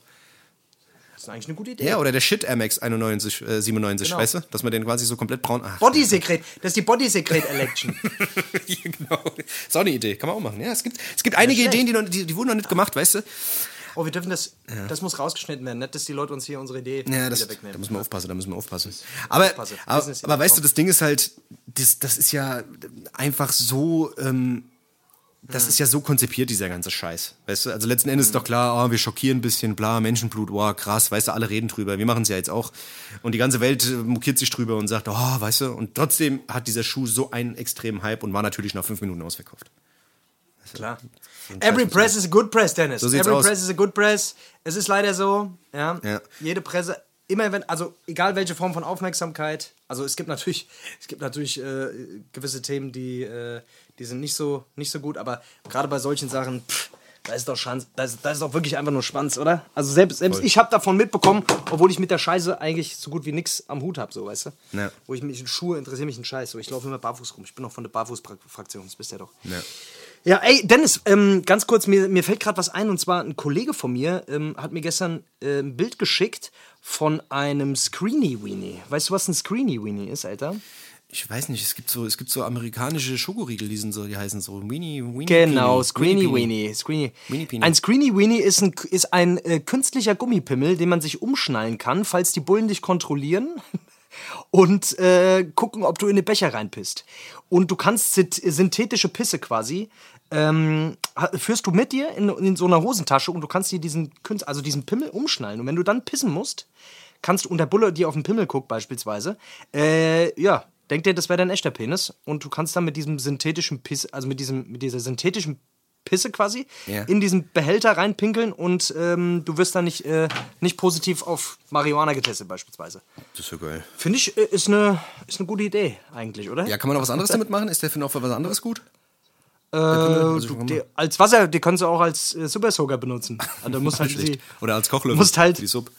Das ist eigentlich eine gute Idee. Ja, oder der Shit Air Max einundneunzig, äh, siebenundneunzig, genau. weißt du? Dass man den quasi so komplett braun... Body-Secret. Das ist die Body-Secret-Election. Ja, genau. Ist auch eine Idee. Kann man auch machen. Ja, es gibt, es gibt einige Ideen, die, noch, die, die wurden noch nicht gemacht, weißt du? Oh, wir dürfen das, ja. das muss rausgeschnitten werden, nicht, dass die Leute uns hier unsere Idee ja, das, wieder wegnehmen. Da müssen wir aufpassen, da müssen wir aufpassen. Aber, aufpassen. aber, aber weißt du, das Ding ist halt, das, das ist ja einfach so, ähm, das hm. ist ja so konzipiert, dieser ganze Scheiß. Weißt du, also letzten Endes hm. ist doch klar, oh, wir schockieren ein bisschen, bla, Menschenblut, wow, krass, weißt du, alle reden drüber, wir machen es ja jetzt auch. Und die ganze Welt mokiert sich drüber und sagt, oh, weißt du, und trotzdem hat dieser Schuh so einen extremen Hype und war natürlich nach fünf Minuten ausverkauft. Klar. Every press is a good press, Dennis. So sieht's Every aus. press is a good press. Es ist leider so, ja. ja. Jede Presse, immer wenn, also egal welche Form von Aufmerksamkeit, also es gibt natürlich, es gibt natürlich äh, gewisse Themen, die, äh, die sind nicht so, nicht so gut, aber gerade bei solchen Sachen, pff, da ist doch Schwanz, da ist, da ist doch wirklich einfach nur Schwanz, oder? Also selbst, selbst ich habe davon mitbekommen, obwohl ich mit der Scheiße eigentlich so gut wie nichts am Hut habe, so, weißt du? Ja. Wo ich mich, Schuhe interessieren mich ein Scheiß, so, ich laufe immer barfuß rum, ich bin auch von der Barfuß-Fraktion, das bist ja doch. Ja. Ja, ey, Dennis, ähm, ganz kurz, mir, mir fällt gerade was ein, und zwar ein Kollege von mir ähm, hat mir gestern äh, ein Bild geschickt von einem Screeny Weenie. Weißt du, was ein Screeny Weenie ist, Alter? Ich weiß nicht, es gibt so, es gibt so amerikanische Schokoriegel, die sind so, die heißen so Weenie, Weenie Genau, Peenie. Screeny Weenie. Screeny. Weenie Ein Screeny Weenie ist ein, ist ein äh, künstlicher Gummipimmel, den man sich umschnallen kann, falls die Bullen dich kontrollieren und äh, gucken, ob du in den Becher reinpisst. Und du kannst synthetische Pisse quasi, ähm, führst du mit dir in, in so einer Hosentasche und du kannst dir diesen, also diesen Pimmel umschnallen. Und wenn du dann pissen musst, kannst du, und der Bulle dir auf den Pimmel guckt beispielsweise, äh, ja, denk dir, das wäre dein echter Penis. Und du kannst dann mit diesem synthetischen Piss, also mit diesem, mit dieser synthetischen Pisse quasi, ja. in diesen Behälter reinpinkeln und ähm, du wirst dann nicht, äh, nicht positiv auf Marihuana getestet beispielsweise. Das ist ja geil. Finde ich, äh, ist eine ist eine gute Idee eigentlich, oder? Ja, kann man noch was anderes damit machen? Ist der für noch für was anderes gut? Äh, du, die, als Wasser, die kannst du auch als äh, Super Soaker benutzen. Und da musst halt die, oder als Kochlöffel. Musst halt, die Sub.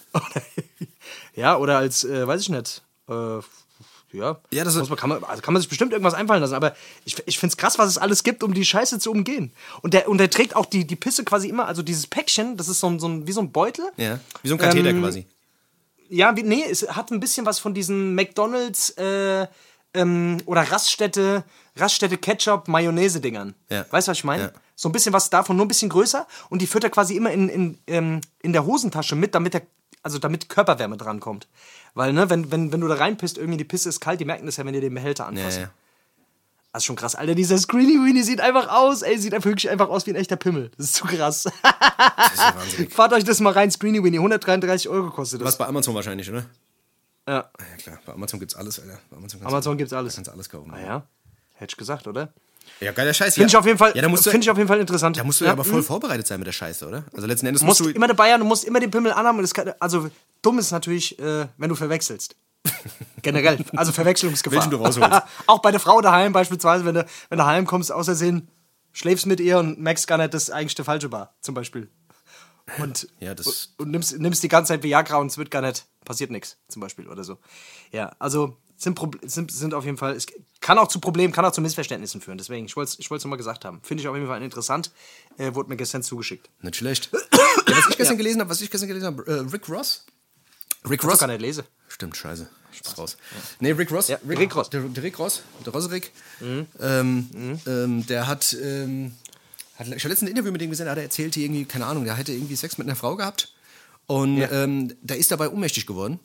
Ja, oder als, äh, weiß ich nicht, äh, ja, ja das muss man, kann, man, also kann man sich bestimmt irgendwas einfallen lassen, aber ich, ich finde es krass, was es alles gibt, um die Scheiße zu umgehen. Und der, und der trägt auch die, die Pisse quasi immer, also dieses Päckchen, das ist so ein, so ein, wie so ein Beutel. Ja, wie so ein Katheter ähm, quasi. Ja, wie, nee, es hat ein bisschen was von diesen McDonalds äh, ähm, oder Raststätte, Raststätte Ketchup-Mayonnaise-Dingern. Ja. Weißt du, was ich meine? Ja. So ein bisschen was davon, nur ein bisschen größer und die führt er quasi immer in, in, in, in der Hosentasche mit, damit der Also damit Körperwärme drankommt. Weil, ne, wenn, wenn, wenn du da reinpisst, irgendwie die Pisse ist kalt, die merken das ja, wenn die den Behälter anfassen. Ja, ja. Das ist schon krass. Alter, dieser Screeny Weenie sieht einfach aus, ey, sieht einfach wirklich einfach aus wie ein echter Pimmel. Das ist zu krass. Das ist ja wahnsinnig. Fahrt euch das mal rein, Screeny Weenie, hundertdreiunddreißig Euro kostet das. Was bei Amazon wahrscheinlich, oder? Ja. Ja, klar, bei Amazon gibt's alles, Alter. Bei Amazon, Amazon gibt's alles. Da kannst du alles kaufen. Ah ja, hätte ich gesagt, oder? Ja, geiler Scheiß. Finde ja. ich auf jeden Fall, ja, musst du, find ich auf jeden Fall interessant. Da musst du ja, ja aber voll mh. vorbereitet sein mit der Scheiße, oder? Also letzten Endes du musst musst du immer dabei haben, du musst immer den Pimmel anhaben. Und das kann, also dumm ist natürlich, äh, wenn du verwechselst. Generell, also Verwechslungsgefahr. Welchen du rausholst. Auch bei der Frau daheim beispielsweise, wenn du, wenn du heim kommst, außersehen schläfst mit ihr und merkst gar nicht, dass eigentlich der falsche war, zum Beispiel. Und, ja, das und, und nimmst, nimmst die ganze Zeit Viagra und es wird gar nicht, passiert nichts, zum Beispiel, oder so. Ja, also sind, sind, sind auf jeden Fall, es kann auch zu Problemen, kann auch zu Missverständnissen führen, deswegen, ich wollte es ich nochmal gesagt haben. Finde ich auf jeden Fall interessant, äh, wurde mir gestern zugeschickt. Nicht schlecht. Ja, was ich gestern ja. gelesen habe, was ich gestern gelesen habe, äh, Rick Ross. Rick Ross. Ich gar nicht lese. Stimmt, scheiße. Ist raus. Ja. Nee, Rick Ross. Ja, Rick, Rick Ross. Der, der Rick Ross, der Rosserick. Mhm. Ähm, mhm. ähm, der hat, ähm, hat, ich habe letztens ein Interview mit dem gesehen, da hat er erzählt, irgendwie, keine Ahnung, der hätte irgendwie Sex mit einer Frau gehabt und ja. ähm, der ist dabei ohnmächtig geworden.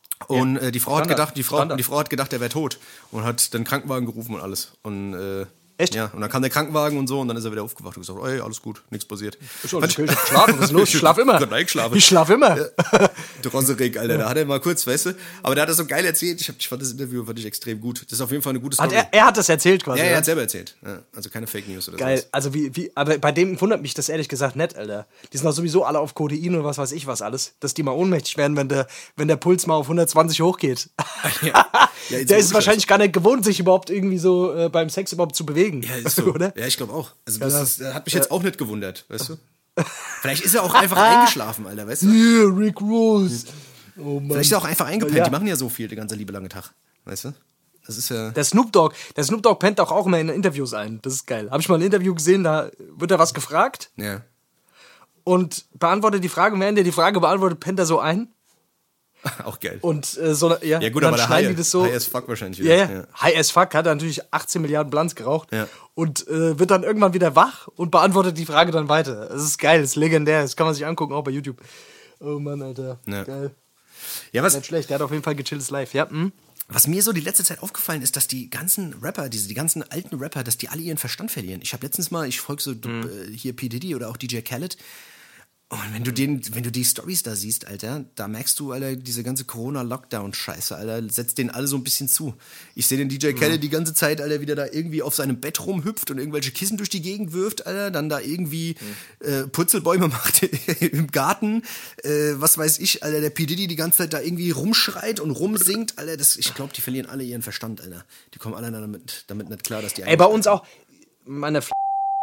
Und ja. äh, die Frau Standard. hat gedacht, die Frau, die Frau hat gedacht, er wäre tot und hat dann Krankenwagen gerufen und alles. Und äh, Echt? Ja, und dann kam der Krankenwagen und so und dann ist er wieder aufgewacht und gesagt, ey, alles gut, nichts passiert. Ich hab geschlafen, was ist los? Ich schlaf immer. Ich schlafe. Ich schlaf immer. Ja. Du Rosserig, Alter, da hat er mal kurz, weißt du, aber der hat das so geil erzählt, ich, hab, ich fand das Interview fand ich extrem gut. Das ist auf jeden Fall eine gute Story. Hat er, er hat das erzählt quasi. Ja, er hat selber erzählt. Ja, also keine Fake News oder so. Geil, also wie, wie, aber bei dem wundert mich das ehrlich gesagt nicht, Alter. Die sind doch sowieso alle auf Codein und was weiß ich was alles, dass die mal ohnmächtig werden, wenn der, wenn der Puls mal auf hundertzwanzig hochgeht. Ja. Ja, der ist es wahrscheinlich gar nicht gewohnt, sich überhaupt irgendwie so äh, beim Sex überhaupt zu bewegen. Ja, ist so. Oder? Ja, ich glaube auch. Also das, ist, das hat mich jetzt auch nicht gewundert, weißt du? Vielleicht ist er auch einfach eingeschlafen, Alter, weißt du? Yeah, Rick Ross. Oh Mann. Vielleicht ist er auch einfach eingepennt. Ja. Die machen ja so viel, der ganze liebe lange Tag, weißt du? Das ist ja... Der Snoop Dogg, der Snoop Dogg pennt auch, auch immer in Interviews ein. Das ist geil. Habe ich mal ein Interview gesehen, da wird er was gefragt. Ja. Und beantwortet die Frage, während er die Frage beantwortet, pennt er so ein. Auch geil. Und äh, so, ja, ja gut, und dann aber der schneiden High, die das so. High as fuck wahrscheinlich wieder. Ja, ja. ja. High as fuck hat er natürlich achtzehn Milliarden Blunts geraucht. Ja. Und äh, wird dann irgendwann wieder wach und beantwortet die Frage dann weiter. Das ist geil, das ist legendär. Das kann man sich angucken, auch bei YouTube. Oh Mann, Alter. Ja. Geil. Ja, was... Nicht schlecht, der hat auf jeden Fall gechilltes Live. Ja, hm? Was mir so die letzte Zeit aufgefallen ist, dass die ganzen Rapper, diese, die ganzen alten Rapper, dass die alle ihren Verstand verlieren. Ich habe letztens mal, ich folge so mhm. äh, hier P. Diddy oder auch D J Khaled. Und wenn du den, wenn du die Storys da siehst, Alter, da merkst du, Alter, diese ganze Corona-Lockdown-Scheiße, Alter, setzt denen alle so ein bisschen zu. Ich sehe den D J Khaled mhm. die ganze Zeit, Alter, wieder da irgendwie auf seinem Bett rumhüpft und irgendwelche Kissen durch die Gegend wirft, Alter, dann da irgendwie mhm. äh, Purzelbäume macht im Garten, äh, was weiß ich, Alter, der P. Diddy die ganze Zeit da irgendwie rumschreit und rumsingt, Alter, das, ich glaube, die verlieren alle ihren Verstand, Alter. Die kommen alle damit, damit nicht klar, dass die... Ey, bei uns auch, meine F-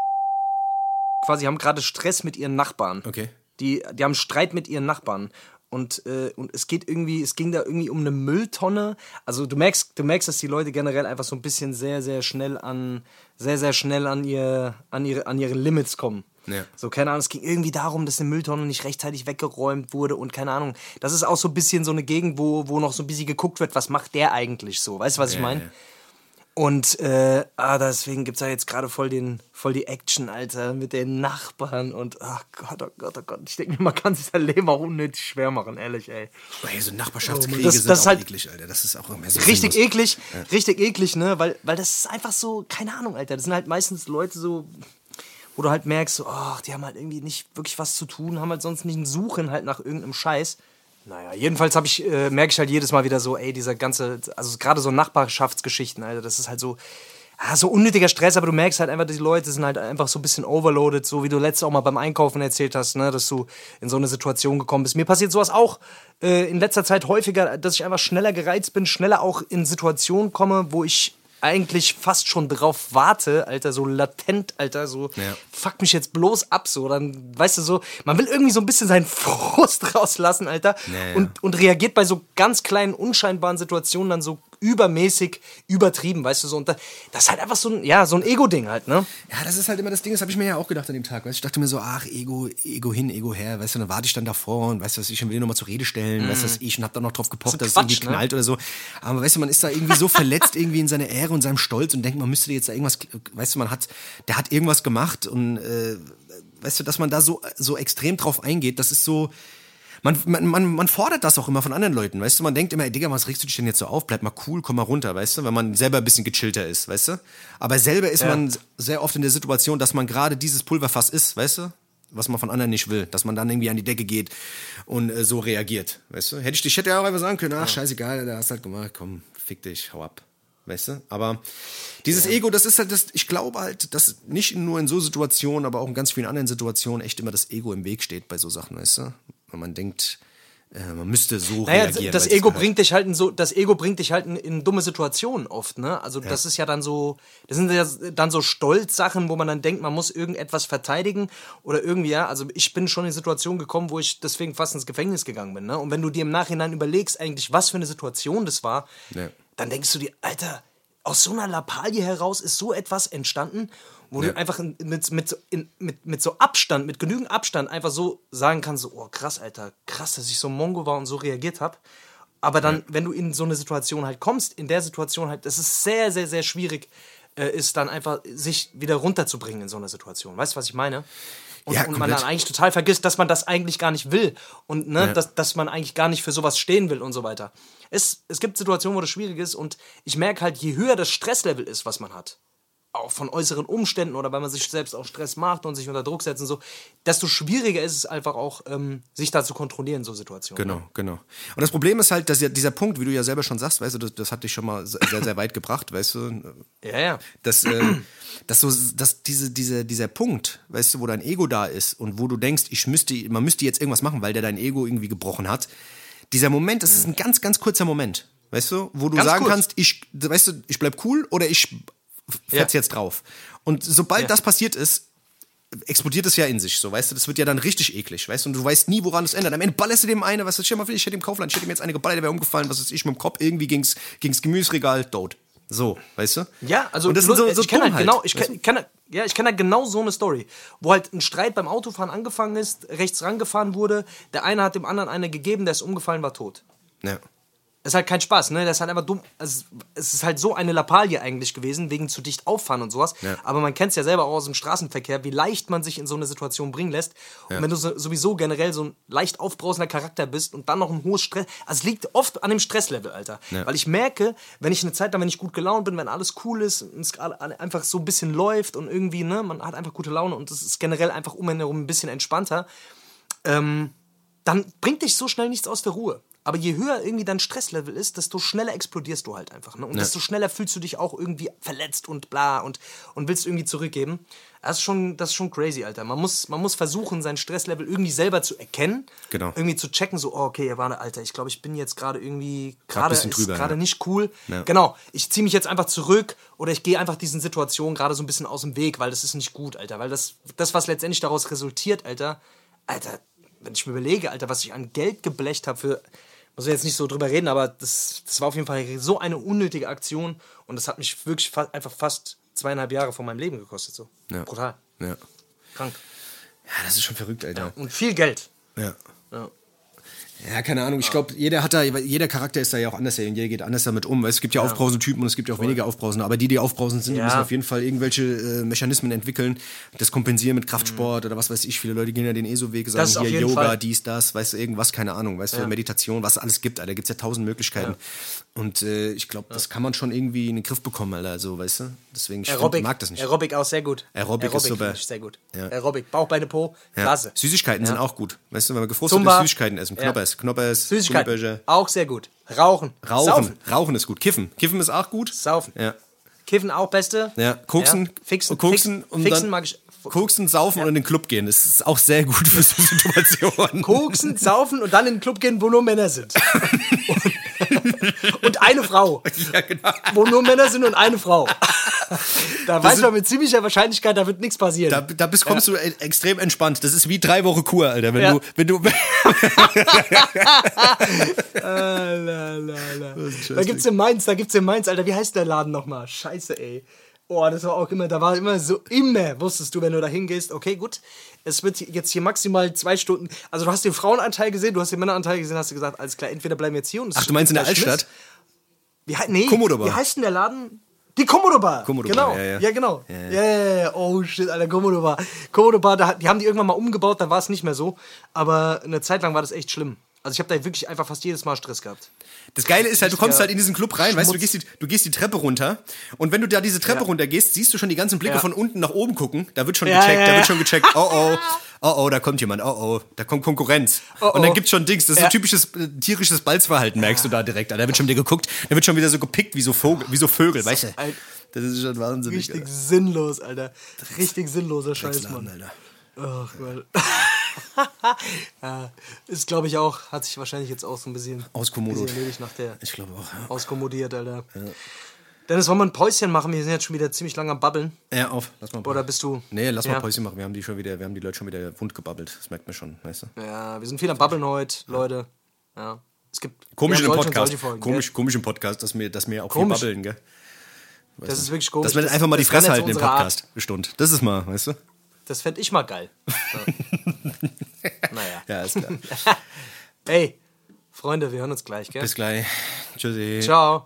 quasi haben gerade Stress mit ihren Nachbarn. Okay. Die, die haben Streit mit ihren Nachbarn. Und, äh, und es geht irgendwie, es ging da irgendwie um eine Mülltonne. Also du merkst, du merkst, dass die Leute generell einfach so ein bisschen sehr, sehr schnell an, sehr, sehr schnell an ihr, an ihre, an ihre Limits kommen. Ja. So, keine Ahnung, es ging irgendwie darum, dass eine Mülltonne nicht rechtzeitig weggeräumt wurde und keine Ahnung. Das ist auch so ein bisschen so eine Gegend, wo, wo noch so ein bisschen geguckt wird, was macht der eigentlich so? Weißt du, was ich meine? Ja, ja. Und äh, ah, deswegen gibt's da jetzt gerade voll den, voll die Action, Alter, mit den Nachbarn und ach Gott, oh Gott, oh Gott. Ich denke mir, man kann sich sein Leben auch unnötig schwer machen, ehrlich, ey. Ey, so Nachbarschaftskriege oh, das, sind das auch halt eklig, Alter. Das ist auch immer so richtig sinnlos. eklig, ja. richtig eklig, ne, weil, weil das ist einfach so, keine Ahnung, Alter, das sind halt meistens Leute so, wo du halt merkst, so, ach, die haben halt irgendwie nicht wirklich was zu tun, haben halt sonst nicht ein Suchen halt nach irgendeinem Scheiß. Naja, jedenfalls habe ich, äh, merke ich halt jedes Mal wieder so, ey, dieser ganze, also gerade so Nachbarschaftsgeschichten, Alter, das ist halt so, ah, so unnötiger Stress, aber du merkst halt einfach, die Leute sind halt einfach so ein bisschen overloaded, so wie du letztes auch mal beim Einkaufen erzählt hast, ne, dass du in so eine Situation gekommen bist. Mir passiert sowas auch äh, in letzter Zeit häufiger, dass ich einfach schneller gereizt bin, schneller auch in Situationen komme, wo ich eigentlich fast schon drauf warte, Alter, so latent, Alter, so ja. fuck mich jetzt bloß ab, so, dann, weißt du, so, man will irgendwie so ein bisschen seinen Frust rauslassen, Alter, ja, ja. Und, und reagiert bei so ganz kleinen, unscheinbaren Situationen dann so übermäßig übertrieben, weißt du, so, und da, das ist halt einfach so ein, ja, so ein Ego-Ding halt, ne? Ja, das ist halt immer das Ding, das habe ich mir ja auch gedacht an dem Tag, weißt du, ich dachte mir so, ach, Ego, Ego hin, Ego her, weißt du, dann warte ich dann davor und weißt du, was ich will nochmal zur Rede stellen, mm. weißt du, was ich, und hab dann noch drauf gepocht, dass Quatsch, es irgendwie knallt, ne? Oder so, aber weißt du, man ist da irgendwie so verletzt irgendwie in seiner Ehre und seinem Stolz und denkt, man müsste jetzt da irgendwas, weißt du, man hat, der hat irgendwas gemacht und, äh, weißt du, dass man da so, so extrem drauf eingeht, das ist so, Man, man, man, man fordert das auch immer von anderen Leuten, weißt du? Man denkt immer, ey, Digga, was regst du dich denn jetzt so auf? Bleib mal cool, komm mal runter, weißt du? Wenn man selber ein bisschen gechillter ist, weißt du? Aber selber ist ja. man sehr oft in der Situation, dass man gerade dieses Pulverfass ist, weißt du? Was man von anderen nicht will. Dass man dann irgendwie an die Decke geht und äh, so reagiert, weißt du? Hätte ich, ich hätte ja auch einfach sagen können, ach, scheißegal, da hast du halt gemacht, komm, fick dich, hau ab. Weißt du? Aber dieses ja. Ego, das ist halt das, ich glaube halt, dass nicht nur in so Situationen, aber auch in ganz vielen anderen Situationen echt immer das Ego im Weg steht bei so Sachen, weißt du? Wenn man denkt, äh, man müsste so naja, reagieren. Das Ego bringt dich halt in so, das Ego bringt dich halt in, in dumme Situationen oft, ne? Also ja. das ist ja dann so, das sind ja dann so Stolzsachen, wo man dann denkt, man muss irgendetwas verteidigen oder irgendwie, ja, also ich bin schon in Situationen gekommen, wo ich deswegen fast ins Gefängnis gegangen bin, ne? Und wenn du dir im Nachhinein überlegst eigentlich, was für eine Situation das war, ja. dann denkst du dir, Alter, aus so einer Lappalie heraus ist so etwas entstanden, wo ja. du einfach mit, mit, in, mit, mit so Abstand, mit genügend Abstand einfach so sagen kannst, so, oh krass, Alter, krass, dass ich so Mongo war und so reagiert habe. Aber dann, ja. wenn du in so eine Situation halt kommst, in der Situation halt, das ist sehr, sehr, sehr schwierig, äh, ist dann einfach sich wieder runterzubringen in so einer Situation. Weißt du, was ich meine? Und, ja, und man dann eigentlich total vergisst, dass man das eigentlich gar nicht will und ne, ja. dass, dass man eigentlich gar nicht für sowas stehen will und so weiter. Es, es gibt Situationen, wo das schwierig ist und ich merke halt, je höher das Stresslevel ist, was man hat, auch von äußeren Umständen oder weil man sich selbst auch Stress macht und sich unter Druck setzt und so, desto schwieriger ist es einfach auch, ähm, sich da zu kontrollieren in so Situationen. Genau, genau. Und das Problem ist halt, dass ja dieser Punkt, wie du ja selber schon sagst, weißt du, das, das hat dich schon mal sehr, sehr weit gebracht, weißt du. Ja, ja. Dass, äh, dass, so, dass diese, diese, dieser Punkt, weißt du, wo dein Ego da ist und wo du denkst, ich müsste, man müsste jetzt irgendwas machen, weil der dein Ego irgendwie gebrochen hat. Dieser Moment, das ist ein ganz, ganz kurzer Moment, weißt du, wo du ganz sagen kurz. kannst, ich, weißt du, ich bleib cool oder ich fährt's ja. jetzt drauf. Und sobald ja. das passiert ist, explodiert es ja in sich, so, weißt du, das wird ja dann richtig eklig, weißt du, und du weißt nie, woran es ändert. Am Ende ballerst du dem eine, was ich mal, ich hätte im Kaufland, ich hätte ihm jetzt eine geballert, der wäre umgefallen, was ist ich mit dem Kopf, irgendwie ging's, ging's Gemüseregal, tot. So, weißt du? Ja, also und das sind so, so ich kenne halt genau, ich kenn, kenn, ja, ich kenne halt genau so eine Story, wo halt ein Streit beim Autofahren angefangen ist, rechts rangefahren wurde, der eine hat dem anderen eine gegeben, der ist umgefallen, war tot. Ja. Das ist halt kein Spaß, ne? Das ist halt einfach dumm. Also, es ist halt so eine Lappalie eigentlich gewesen, wegen zu dicht auffahren und sowas. Ja. Aber man kennt es ja selber auch aus dem Straßenverkehr, wie leicht man sich in so eine Situation bringen lässt. Ja. Und wenn du so, sowieso generell so ein leicht aufbrausender Charakter bist und dann noch ein hohes Stress... Also es liegt oft an dem Stresslevel, Alter. Ja. Weil ich merke, wenn ich eine Zeit lang, wenn ich gut gelaunt bin, wenn alles cool ist und es einfach so ein bisschen läuft und irgendwie, ne, man hat einfach gute Laune und es ist generell einfach um einen herum ein bisschen entspannter, ähm, dann bringt dich so schnell nichts aus der Ruhe. Aber je höher irgendwie dein Stresslevel ist, desto schneller explodierst du halt einfach. Ne? Und ja. desto schneller fühlst du dich auch irgendwie verletzt und bla und, und willst irgendwie zurückgeben. Das ist schon, das ist schon crazy, Alter. Man muss, man muss versuchen, sein Stresslevel irgendwie selber zu erkennen. Genau. Irgendwie zu checken, so, oh, okay, warte, Alter, ich glaube, ich bin jetzt gerade irgendwie, gerade ist gerade ja. nicht cool. Ja. Genau, ich ziehe mich jetzt einfach zurück oder ich gehe einfach diesen Situationen gerade so ein bisschen aus dem Weg, weil das ist nicht gut, Alter. Weil das, das was letztendlich daraus resultiert, Alter, Alter, wenn ich mir überlege, Alter, was ich an Geld geblecht habe für... Muss ich jetzt nicht so drüber reden, aber das, das war auf jeden Fall so eine unnötige Aktion und das hat mich wirklich fa- einfach fast zweieinhalb Jahre von meinem Leben gekostet. So. Ja. Brutal. Ja. Krank. Ja, das ist schon verrückt, Alter. Ja. Und viel Geld. Ja. Ja. Ja, keine Ahnung. Ich glaube, jeder hat da, jeder Charakter ist da ja auch anders, jeder geht anders damit um. Weil es gibt ja, ja. aufbrausende Typen und es gibt ja auch Voll. weniger aufbrausende. Aber die, die aufbrausend sind, ja. die müssen auf jeden Fall irgendwelche äh, Mechanismen entwickeln, das kompensieren mit Kraftsport mhm. oder was weiß ich. Viele Leute gehen ja den ESO-Weg, sagen hier Yoga, Fall. dies, das, weißt du, irgendwas, keine Ahnung, weißt du, ja. Meditation, was es alles gibt, Alter. Da gibt's ja tausend Möglichkeiten. Ja. Und äh, ich glaube, ja. das kann man schon irgendwie in den Griff bekommen, Alter. Also, weißt du? Deswegen, ich Aerobic, find, mag das nicht. Aerobic auch sehr gut. Aerobic, Aerobic ist super. Sehr gut. Ja. Aerobic, Bauch, Beine, Po, klasse. Ja. Süßigkeiten ja. sind auch gut. Weißt du, wenn man gefrostet Zumba. ist, Süßigkeiten essen. Knoppers, ja. Knoppers, Süßigkeiten, auch sehr gut. Rauchen. Rauchen. Saufen. Rauchen ist gut. Kiffen. Kiffen ist auch gut. Saufen. Ja. Kiffen auch beste. Ja. Koksen. Ja. Fixen. Koksen und Fixen dann mag ich. Koksen, saufen ja. und in den Club gehen. Das ist auch sehr gut für so Situationen. Koksen, saufen und dann in den Club gehen, wo nur Männer sind. und, und eine Frau. Ja, genau. Wo nur Männer sind und eine Frau. Da das weiß man mit ziemlicher Wahrscheinlichkeit, da wird nichts passieren. Da, da bist, kommst ja. du extrem entspannt. Das ist wie drei Wochen Kur, Alter. Wenn ja. du, wenn du. ah, la, la, la. Da gibt's in Mainz, da gibt's in Mainz, Alter. Wie heißt der Laden nochmal? Scheiße, ey. Oh, das war auch immer, da war immer so, immer wusstest du, wenn du da hingehst, okay, gut, es wird jetzt hier maximal zwei Stunden, also du hast den Frauenanteil gesehen, du hast den Männeranteil gesehen, hast du gesagt, alles klar, entweder bleiben wir jetzt hier und... Ach, du meinst in der Altstadt? Wie, nee, Komodobar. Wie heißt denn der Laden? Die Komodobar. Komodobar, genau. ja, ja. Ja, genau. Ja, ja, ja, ja. Oh, shit, Alter, Komodobar. Komodobar, da, die haben die irgendwann mal umgebaut, dann war es nicht mehr so, aber eine Zeit lang war das echt schlimm. Also ich habe da wirklich einfach fast jedes Mal Stress gehabt. Das Geile ist halt, du kommst halt in diesen Club rein, Schmutz. weißt du, du gehst, die, du gehst die Treppe runter und wenn du da diese Treppe ja. runter gehst, siehst du schon die ganzen Blicke ja. von unten nach oben gucken, da wird schon ja, gecheckt, ja, ja. da wird schon gecheckt, oh oh, oh oh, da kommt jemand, oh oh, da kommt Konkurrenz. Oh, oh. Und dann gibt's schon Dings, das ist ja. so typisches äh, tierisches Balzverhalten, merkst ja. du da direkt, da wird schon wieder geguckt, da wird schon wieder so gepickt wie so Vogel, wie so Vögel, weißt du. Das ist schon wahnsinnig. Richtig Alter. sinnlos, Alter. Richtig sinnloser Scheiß, Mann. Alter. Ach Gott. ja, ist, glaube ich, auch, hat sich wahrscheinlich jetzt auch so ein bisschen auskomodiert. nach der ich glaube auch. Ja. Auskomodiert, Alter. Ja. Dennis, wollen wir ein Päuschen machen? Wir sind jetzt schon wieder ziemlich lange am Babbeln. Ja, auf. Lass mal. Oder bist du... Nee, lass ja. mal Päuschen machen. Wir haben die schon wieder, wir haben die Leute schon wieder wund gebabbelt. Das merkt man schon, weißt du? Ja, wir sind viel am Babbeln heute, Leute. Ja. Es gibt... Komisch im Podcast. Folgen, komisch, komisch im Podcast, dass wir, dass wir auch komisch. viel babbeln, gell? Weißt das ist wirklich komisch. Dass wir einfach mal die Fresse halten im Podcast. Bestimmt. Das ist mal, weißt du? Das fände ich mal geil. Ja. Naja. Ja, ist klar. Hey, Freunde, wir hören uns gleich, gell? Bis gleich. Tschüssi. Ciao.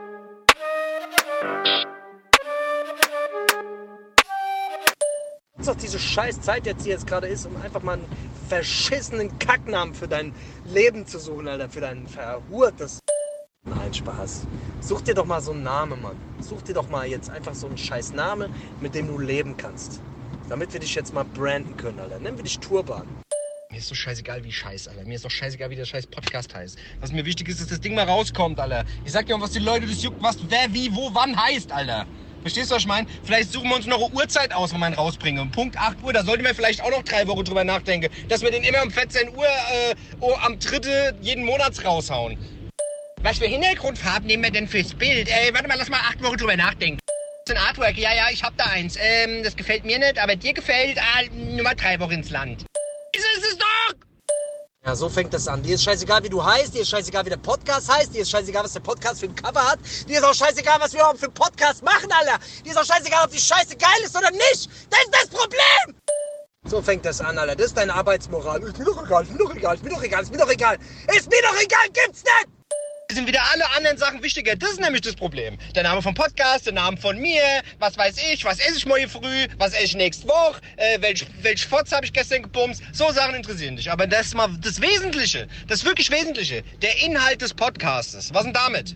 So, doch diese scheiß Zeit jetzt, die jetzt gerade ist, um einfach mal einen verschissenen Kacknamen für dein Leben zu suchen, Alter. Für dein verhurtes... Nein, Spaß. Such dir doch mal so einen Namen, Mann. Such dir doch mal jetzt einfach so einen scheiß Namen, mit dem du leben kannst. Damit wir dich jetzt mal branden können, Alter. Nennen wir dich Turban. Mir ist doch scheißegal, wie scheiß, Alter. Mir ist doch scheißegal, wie der scheiß Podcast heißt. Was mir wichtig ist, dass das Ding mal rauskommt, Alter. Ich sag dir mal, was die Leute, das juckt, was wer, wie, wo, wann heißt, Alter. Verstehst du, was ich meine? Vielleicht suchen wir uns noch eine Uhrzeit aus, wenn wir ihn rausbringen. Um Punkt acht Uhr, da sollten wir vielleicht auch noch drei Wochen drüber nachdenken, dass wir den immer um vierzehn Uhr äh, oh, am dritten jeden Monats raushauen. Was für Hintergrundfarben nehmen wir denn fürs Bild? Äh, warte mal, lass mal acht Wochen drüber nachdenken. Das ist ein Artwork, ja, ja, ich hab da eins. Ähm, das gefällt mir nicht, aber dir gefällt, ah, nur mal drei Wochen ins Land. Ist es doch! Ja, so fängt das an. Dir ist scheißegal, wie du heißt, dir ist scheißegal, wie der Podcast heißt, dir ist scheißegal, was der Podcast für ein Cover hat, dir ist auch scheißegal, was wir überhaupt für einen Podcast machen, Alter. Dir ist auch scheißegal, ob die Scheiße geil ist oder nicht. Das ist das Problem! So fängt das an, Alter. Das ist deine Arbeitsmoral. Ist mir doch egal, ist mir doch egal, ist mir doch egal, ist mir doch egal. Ist mir doch egal, gibt's nicht! Sind wieder alle anderen Sachen wichtiger. Das ist nämlich das Problem. Der Name vom Podcast, der Name von mir, was weiß ich, was esse ich morgen früh, was esse ich nächste Woche, äh, welch, welch Fotze habe ich gestern gebumst. So Sachen interessieren dich. Aber das mal das Wesentliche, das wirklich Wesentliche, der Inhalt des Podcastes. Was denn damit?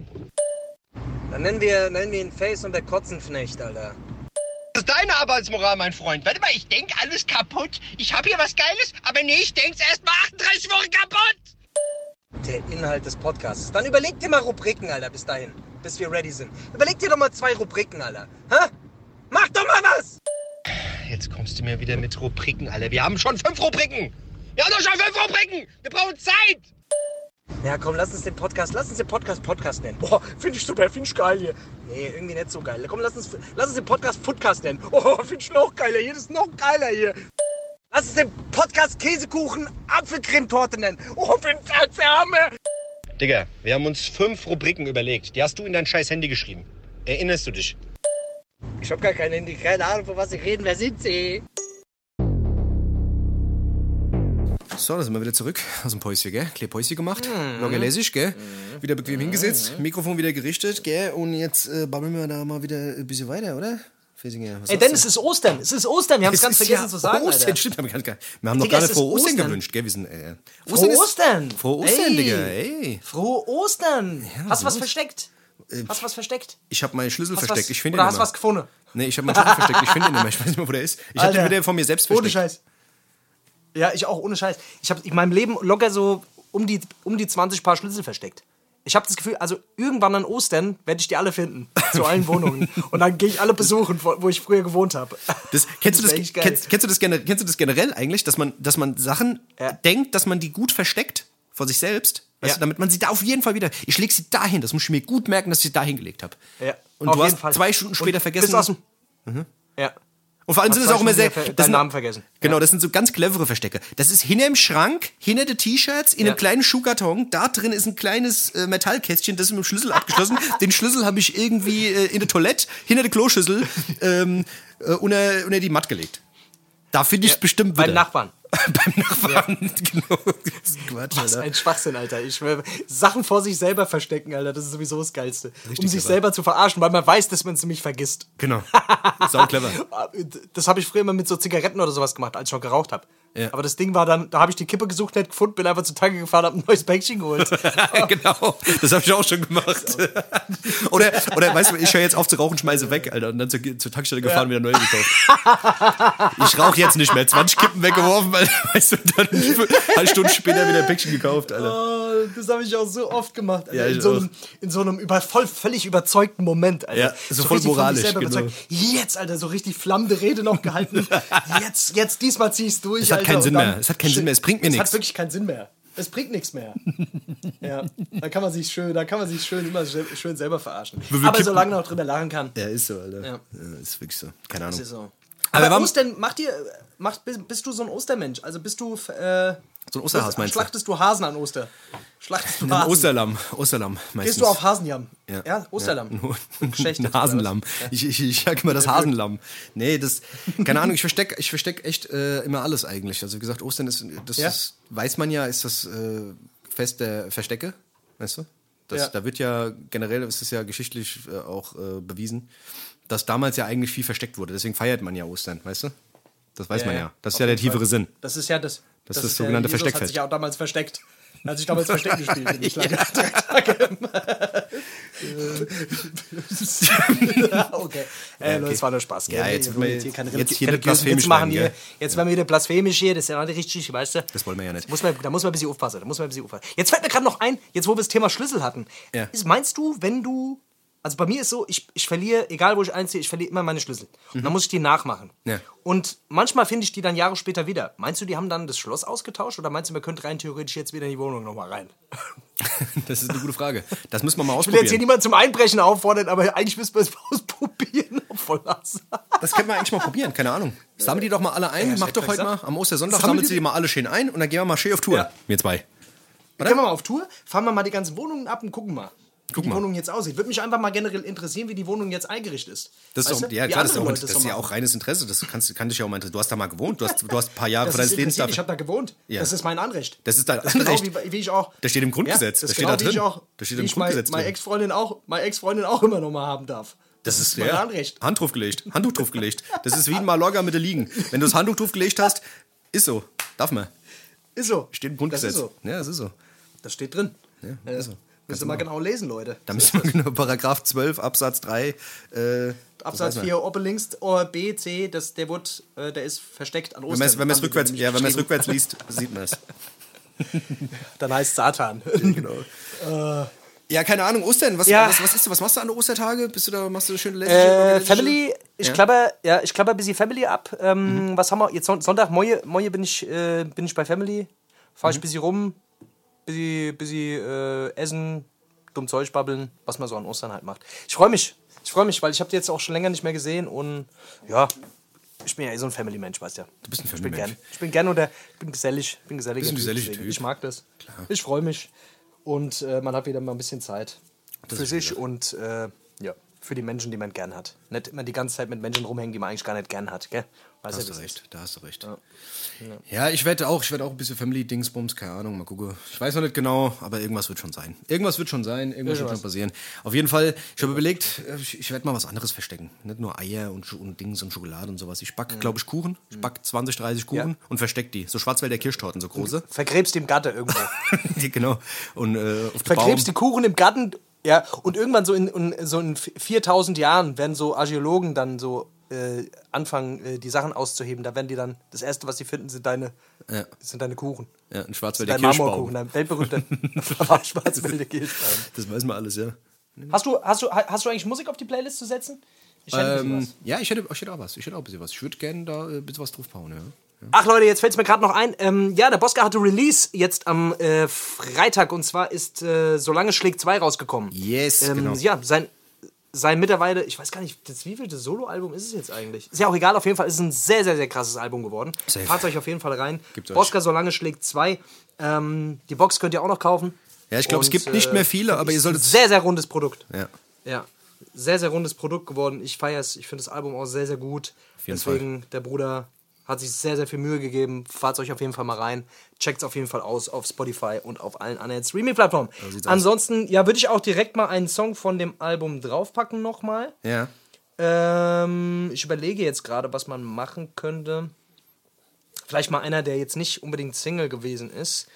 Dann nennen wir, nennen wir ihn Face und der Kotzenknecht, Alter. Das ist deine Arbeitsmoral, mein Freund. Warte mal, ich denk alles kaputt. Ich habe hier was Geiles, aber nee, ich denk's erst mal achtunddreißig Wochen kaputt. Der Inhalt des Podcasts. Dann überleg dir mal Rubriken, Alter, bis dahin. Bis wir ready sind. Überleg dir doch mal zwei Rubriken, Alter. Hä? Mach doch mal was! Jetzt kommst du mir wieder mit Rubriken, Alter. Wir haben schon fünf Rubriken! Wir haben doch schon fünf Rubriken! Wir brauchen Zeit! Ja, komm, lass uns den Podcast, lass uns den Podcast Podcast nennen. Boah, finde ich super, finde ich geil hier. Nee, irgendwie nicht so geil. Komm, lass uns, lass uns den Podcast Foodcast nennen. Oh, finde ich noch geiler hier. Das ist noch geiler hier. Lass uns den Podcast Käsekuchen Apfelcremetorte nennen. Oh, find's als Arme. Digga, wir haben uns fünf Rubriken überlegt. Die hast du in dein scheiß Handy geschrieben. Erinnerst du dich? Ich hab gar kein Handy. Keine Ahnung, von was Sie reden. Wer sind Sie? So, da sind wir wieder zurück aus dem Päuschen, gell? Kleine Päuschen gemacht. Mhm. Noch gelässig, gell? Mhm. Wieder bequem mhm. hingesetzt. Mikrofon wieder gerichtet, gell? Und jetzt äh, babbeln wir da mal wieder ein bisschen weiter, oder? Ey, denn es ist Ostern, es ist Ostern, wir haben es ganz vergessen ja zu sagen, Ostern, Alter. Stimmt, wir haben, gar, wir haben noch gar nicht frohe Ostern, Ostern gewünscht, gell? Wir sind, äh, Ostern frohe Ostern! Frohe Ostern, ey. Digga, ey. Frohe Ostern! Ja, hast du was versteckt? Äh, hast du was versteckt? Ich habe meinen Schlüssel hast versteckt, was, ich finde ihn ihn hast immer. was gefunden? Nee, ich habe meinen Schlüssel versteckt, ich finde ihn immer, ich weiß nicht mehr, wo der ist. Ich habe den wieder von mir selbst versteckt. Ohne Scheiß. Ja, ich auch, ohne Scheiß. Ich habe in meinem Leben locker so um die, um die zwanzig Paar Schlüssel versteckt. Ich habe das Gefühl, also irgendwann an Ostern werde ich die alle finden, zu allen Wohnungen. Und dann gehe ich alle besuchen, wo ich früher gewohnt habe. Das, kennst, das du das, kennst, kennst, du das generell, kennst du das generell eigentlich, dass man, dass man Sachen ja. denkt, dass man die gut versteckt vor sich selbst, weißt ja. du, damit man sie da auf jeden Fall wieder, ich lege sie dahin, das muss ich mir gut merken, dass ich sie da hingelegt habe. Ja. Und auf du hast Fall. zwei Stunden später Und vergessen. Aus dem mhm. Ja. Und vor allem sind es auch immer sehr... Deinen Namen vergessen. Genau, ja. das sind so ganz clevere Verstecke. Das ist hinter dem Schrank, hinter den T-Shirts, in ja. einem kleinen Schuhkarton. Da drin ist ein kleines äh, Metallkästchen, das ist mit dem Schlüssel abgeschlossen. Den Schlüssel habe ich irgendwie äh, in der Toilette, hinter der Kloschüssel, ähm, äh, unter, unter die Matte gelegt. Da finde ich es ja, bestimmt wieder. Beim Nachbarn. Beim Nachbarn, ja. genau. Das ist Quatsch, Was Alter. ein Schwachsinn, Alter. Ich schwöre, Sachen vor sich selber verstecken, Alter, das ist sowieso das Geilste. Richtig um sich clever. selber zu verarschen, weil man weiß, dass man es nämlich vergisst. Genau. Sau clever. Das habe ich früher immer mit so Zigaretten oder sowas gemacht, als ich noch geraucht habe. Ja. Aber das Ding war dann, da habe ich die Kippe gesucht, nicht gefunden, bin einfach zur Tanke gefahren, habe ein neues Päckchen geholt. Genau, das habe ich auch schon gemacht. oder, oder weißt du, ich höre jetzt auf zu rauchen, schmeiße weg, Alter, und dann zur, zur Tankstelle gefahren, ja. wieder neu gekauft. Ich rauche jetzt nicht mehr, zwanzig Kippen weggeworfen, Alter, weißt du, dann eine Stunde später wieder ein Päckchen gekauft, Alter. Oh, das habe ich auch so oft gemacht, Alter. Ja, in, so einem, in so einem über, voll, völlig überzeugten Moment, Alter. Ja, so, so voll moralisch, genau. Jetzt, Alter, so richtig flammende Rede noch gehalten. Jetzt, jetzt, diesmal zieh ich's durch, es hat Alter. Keinen Sinn mehr. Es hat keinen Sinn mehr, es bringt mir es nichts. Es hat wirklich keinen Sinn mehr. Es bringt nichts mehr. Ja, da kann man sich schön, da kann man sich schön immer schön selber verarschen. Aber solange man auch drüber lachen kann. Ja, ist so, Alter. Ja. Ja, ist wirklich so. Keine Ahnung. Das ist so. Aber, Aber Ostern, macht ihr, macht, bist du so ein Ostermensch? Also bist du äh, so ein Osterhas, meinst du? Schlachtest du Hasen an Oster? Schlachtest du Hasen? Ein Osterlamm, Osterlamm meistens. Gehst du auf Hasenjam? Ja, ja Osterlamm. Ja. Ein Hasenlamm. Ja. Ich, ich, ich sag immer das Hasenlamm. Nee, das, keine Ahnung, ich versteck, ich versteck echt äh, immer alles eigentlich. Also wie gesagt, Ostern ist, das ja? ist, weiß man ja, ist das äh, Fest der Verstecke, weißt du? Das, ja. Da wird ja, generell ist es ja geschichtlich äh, auch äh, bewiesen, dass damals ja eigentlich viel versteckt wurde. Deswegen feiert man ja Ostern, weißt du? Das weiß ja, man ja. Das ist ja der tiefere Fall. Sinn. Das ist ja das... Das, das ist das sogenannte Jesus Versteckfest. hat sich ja auch damals versteckt. Er hat sich damals Versteck gespielt. In ja. drei Tage. Okay. Äh, okay. Das war nur Spaß. Ja, jetzt, wir, jetzt, hier jetzt hier keine blasphemisch machen. Hier. Jetzt ja. werden wir wieder blasphemisch hier. Das ist ja nicht richtig, weißt du? Das wollen wir ja nicht. Muss man, da muss man ein bisschen aufpassen. Da muss man ein bisschen aufpassen. Jetzt fällt mir gerade noch ein, jetzt wo wir das Thema Schlüssel hatten. Ja. Ist, meinst du, wenn du... Also bei mir ist so, ich, ich verliere, egal wo ich einziehe, ich verliere immer meine Schlüssel. Mhm. Und dann muss ich die nachmachen. Ja. Und manchmal finde ich die dann Jahre später wieder. Meinst du, die haben dann das Schloss ausgetauscht? Oder meinst du, man könnte rein theoretisch jetzt wieder in die Wohnung nochmal rein? Das ist eine gute Frage. Das müssen wir mal ausprobieren. Ich will jetzt hier niemanden zum Einbrechen auffordern, aber eigentlich müssen wir es ausprobieren. Das können wir eigentlich mal probieren, keine Ahnung. Sammel die doch mal alle ein. Ja, Mach doch heute mal, am Ostersonntag sammelt sie die mal alle schön ein und dann gehen wir mal schön auf Tour. Ja. Wir zwei. Dann gehen wir mal auf Tour, fahren wir mal die ganzen Wohnungen ab und gucken mal. Guck wie die mal. Wohnung jetzt aussieht. Würde mich einfach mal generell interessieren, wie die Wohnung jetzt eingerichtet ist. Das ist, auch, ja, klar, das ist, auch, das ist ja auch reines Interesse. Das kannst, kann dich ja auch mal interessieren. Du hast da mal gewohnt. Du hast, du hast ein paar Jahre von deines Lebens da. Ich habe da gewohnt. Ja. Das ist mein Anrecht. Das ist dein das Anrecht. Genau wie, wie ich auch. Das steht im Grundgesetz. Ja, das, das steht genau, da drin. Ich auch, das steht im Grundgesetz meine Ex-Freundin auch, meine Ex-Freundin auch immer noch mal haben darf. Das, das ist mein ja, Anrecht. Hand draufgelegt. Handtuch draufgelegt. Das ist wie ein Mallorca mit der Liegen. Wenn du das Handtuch draufgelegt hast, ist so. Darf man. Ist so. Steht im Grundgesetz. Das ist so. Ja, das ist so. Das steht drin. Ja, ist so. Müsst ihr mal genau lesen, Leute. Da müssen wir genau Paragraph zwölf, Absatz drei. Äh, Absatz vier, oben links, B, C, das, der, wird, äh, der ist versteckt an Ostern. Wenn man es rückwärts, ja, rückwärts liest, sieht man es. Dann heißt es Satan. Ja, genau. äh, ja, keine Ahnung, Ostern, was, ja. was, was, ist, was machst du an den Ostertage? Bist du da, machst du eine schöne äh, Family, ich ja? klapper, ja, ich klapper ein bisschen Family ab. Ähm, mhm. Was haben wir? Jetzt Sonntag, Moje, Moje bin ich, äh, bin ich bei Family. Fahr ich mhm. ein bisschen rum. Bisschen, bisschen äh, essen, dumm Zeug babbeln, was man so an Ostern halt macht. Ich freue mich. Ich freue mich, weil ich habe die jetzt auch schon länger nicht mehr gesehen und ja, ich bin ja eh so ein Family-Mensch, weißt du ja. Du bist ein Family-Mensch. Ich bin gern. Ich bin gern oder ich bin gesellig. Ich bin gesellig. Bist ein geselliger Typ. Ich mag das. Klar. Ich freue mich und äh, man hat wieder mal ein bisschen Zeit das für sich und äh, ja, für die Menschen, die man gern hat. Nicht immer die ganze Zeit mit Menschen rumhängen, die man eigentlich gar nicht gern hat, gell? Da hast, du recht, da hast du recht. Ja, ja. ja ich werde auch, ich werd auch ein bisschen Family-Dingsbums, keine Ahnung, mal gucken. Ich weiß noch nicht genau, aber irgendwas wird schon sein. Irgendwas wird schon sein, irgendwas wird schon passieren. Auf jeden Fall, ich habe überlegt, ich, ich werde mal was anderes verstecken. Nicht nur Eier und, und Dings und Schokolade und sowas. Ich backe, mhm. glaube ich, Kuchen. Ich backe zwanzig, dreißig Kuchen ja. und verstecke die. So Schwarzwälder Kirschtorten, so große. Und vergräbst die im Garten irgendwo. die, genau. Und äh, auf vergräbst die Kuchen im Garten, ja. Und irgendwann so in, in, so in viertausend Jahren werden so Archäologen dann so Äh, anfangen, äh, die Sachen auszuheben, da werden die dann, das Erste, was sie finden, sind deine, ja. sind deine Kuchen. Ja, ein Schwarzwälder Kirschbaum. Dein weltberühmter Schwarzwälder Kirschbaum. Das weiß man alles, ja. Hast du, hast du, hast du eigentlich Musik auf die Playlist zu setzen? Ich hätte ähm, was. Ja, ich hätte, ich hätte auch was. Ich hätte auch ein bisschen was. Ich würde gerne da ein bisschen was draufbauen, ja. Ja. Ach Leute, jetzt fällt es mir gerade noch ein. Ähm, ja, der Bosca hatte Release jetzt am äh, Freitag und zwar ist äh, Solange schlägt zwei rausgekommen. Yes, ähm, genau. Ja, sein Sein mittlerweile, ich weiß gar nicht, das wievielte Soloalbum ist es jetzt eigentlich? Ist ja auch egal, auf jeden Fall ist es ein sehr, sehr, sehr krasses Album geworden. Safe. Fahrt euch auf jeden Fall rein. Gibt's Bosca, Solange schlägt zwei. Ähm, die Box könnt ihr auch noch kaufen. Ja, ich glaube, es gibt nicht mehr viele, aber ihr solltet... Sehr, sehr rundes Produkt. Ja. Ja, sehr, sehr rundes Produkt geworden. Ich feiere es, ich finde das Album auch sehr, sehr gut. Auf jeden Deswegen, Fall. Der Bruder hat sich sehr, sehr viel Mühe gegeben. Fahrt euch auf jeden Fall mal rein. Checkt es auf jeden Fall aus auf Spotify und auf allen anderen Streaming-Plattformen. So Ansonsten, aus. ja, würde ich auch direkt mal einen Song von dem Album draufpacken nochmal. Ja. Ähm, ich überlege jetzt gerade, was man machen könnte. Vielleicht mal einer, der jetzt nicht unbedingt Single gewesen ist.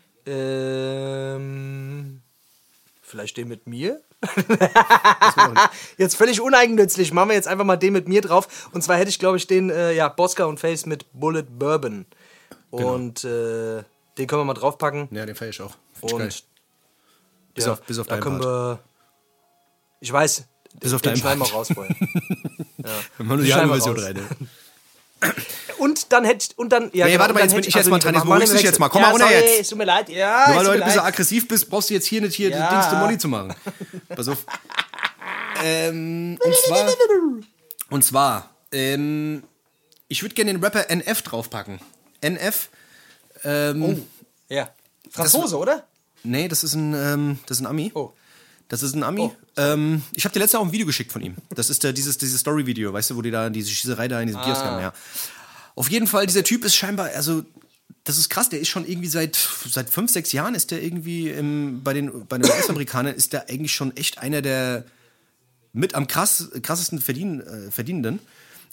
Ähm, vielleicht den mit mir? Jetzt völlig uneigennützlich. Machen wir jetzt einfach mal den mit mir drauf. Und zwar hätte ich, glaube ich, den äh, ja, Bosca und Face mit Bullet Bourbon. Und genau. äh, den können wir mal draufpacken. Ja, den feiere ich auch. Find und ich bis, ja, auf, bis auf da deinen können Part. wir. Ich weiß, bis auf den deinen schneiden wir auch raus wollen. Ja. Wir machen nur die halbe Version rein. Und dann hätte und dann ja nee, genau, warte mal, jetzt bin ich jetzt mal dran, jetzt beruhigst dich jetzt mal. Komm ja, mal runter sorry, jetzt. Es tut mir leid. Ja, nur weil du heute ein bisschen aggressiv bist, brauchst du jetzt hier nicht hier ja. die Dings zu Molly zu machen. Pass auf. ähm, und zwar und zwar ähm, ich würde gerne den Rapper N F draufpacken. N F ähm, oh, ja. Franzose, das, oder? Nee, das ist ein ähm, das ist ein Ami. Oh. Das ist ein Ami. Oh. Ähm, ich habe dir letztes Mal auch ein Video geschickt von ihm. Das ist der, dieses, dieses Story-Video, weißt du, wo die da diese Schießerei da in diesem ah. Kiosk haben, ja. Auf jeden Fall, dieser Typ ist scheinbar, also, das ist krass, der ist schon irgendwie seit, seit fünf, sechs Jahren ist der irgendwie im, bei den, bei den U S-Amerikanern ist der eigentlich schon echt einer der mit am krass, krassesten Verdien, äh, Verdienenden.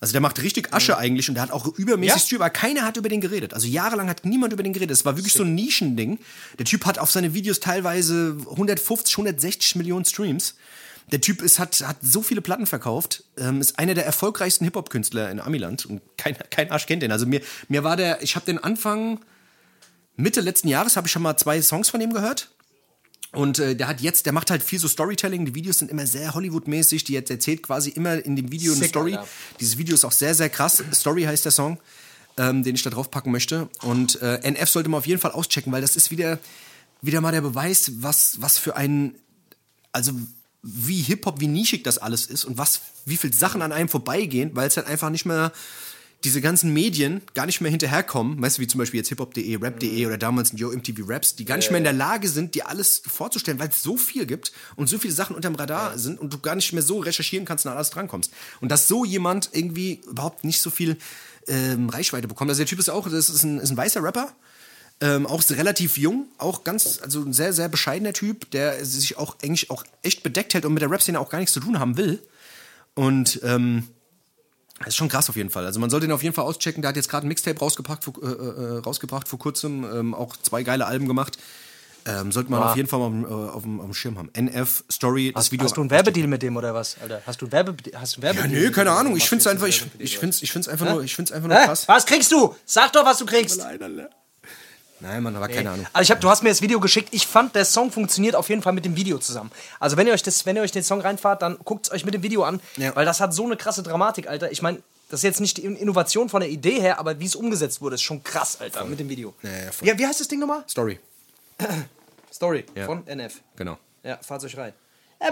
Also der macht richtig Asche mhm. eigentlich und der hat auch übermäßig ja? Stream, aber keiner hat über den geredet. Also jahrelang hat niemand über den geredet. Es war wirklich Sick. so ein Nischending. Der Typ hat auf seine Videos teilweise hundertfünfzig, hundertsechzig Millionen Streams. Der Typ ist, hat, hat so viele Platten verkauft, ähm, ist einer der erfolgreichsten Hip-Hop-Künstler in Amiland und kein, kein Arsch kennt den. Also mir, mir war der, ich habe den Anfang, Mitte letzten Jahres habe ich schon mal zwei Songs von ihm gehört. Und äh, der hat jetzt, der macht halt viel so Storytelling. Die Videos sind immer sehr Hollywood-mäßig. Die jetzt erzählt quasi immer in dem Video Sick, eine Story. Alter. Dieses Video ist auch sehr, sehr krass. Story heißt der Song, ähm, den ich da drauf packen möchte. Und äh, N F sollte man auf jeden Fall auschecken, weil das ist wieder, wieder mal der Beweis, was, was für ein, also wie Hip-Hop, wie nischig das alles ist und was, wie viel Sachen an einem vorbeigehen, weil es halt einfach nicht mehr diese ganzen Medien gar nicht mehr hinterherkommen, weißt du, wie zum Beispiel jetzt hiphop punkt de, rap punkt de oder damals Yo M T V Raps, die gar nicht mehr in der Lage sind, dir alles vorzustellen, weil es so viel gibt und so viele Sachen unterm Radar ja. sind und du gar nicht mehr so recherchieren kannst und an alles drankommst. Und dass so jemand irgendwie überhaupt nicht so viel ähm, Reichweite bekommt. Also der Typ ist auch, das ist ein, ist ein weißer Rapper, ähm, auch relativ jung, auch ganz, also ein sehr, sehr bescheidener Typ, der sich auch eigentlich auch echt bedeckt hält und mit der Rap-Szene auch gar nichts zu tun haben will. Und ähm, das ist schon krass auf jeden Fall. Also man sollte ihn auf jeden Fall auschecken. Der hat jetzt gerade ein Mixtape rausgebracht, vor, äh, rausgebracht vor kurzem. Ähm, auch zwei geile Alben gemacht. Ähm, sollte man ah. auf jeden Fall mal auf, auf, auf dem Schirm haben. N F, Story, das hast, Video. Hast du einen Werbedeal mit dem oder was, Alter? Hast du einen Werbe, hast du einen Werbedeal? Ja, nö, keine Ahnung. Ich find's einfach, ich, ich find's, ich find's einfach nur, ich find's einfach nur krass. Was kriegst du? Sag doch, was du kriegst. Nein, Mann, aber nee. keine Ahnung. Also ich hab, du hast mir das Video geschickt. Ich fand, der Song funktioniert auf jeden Fall mit dem Video zusammen. Also wenn ihr euch das, wenn ihr euch den Song reinfahrt, dann guckt's euch mit dem Video an, ja. weil das hat so eine krasse Dramatik, Alter. Ich meine, das ist jetzt nicht die Innovation von der Idee her, aber wie es umgesetzt wurde, ist schon krass, Alter, voll. Mit dem Video. Ja, ja, ja, wie heißt das Ding nochmal? Story. Story ja. von N F. Genau. Ja, fahrt euch rein.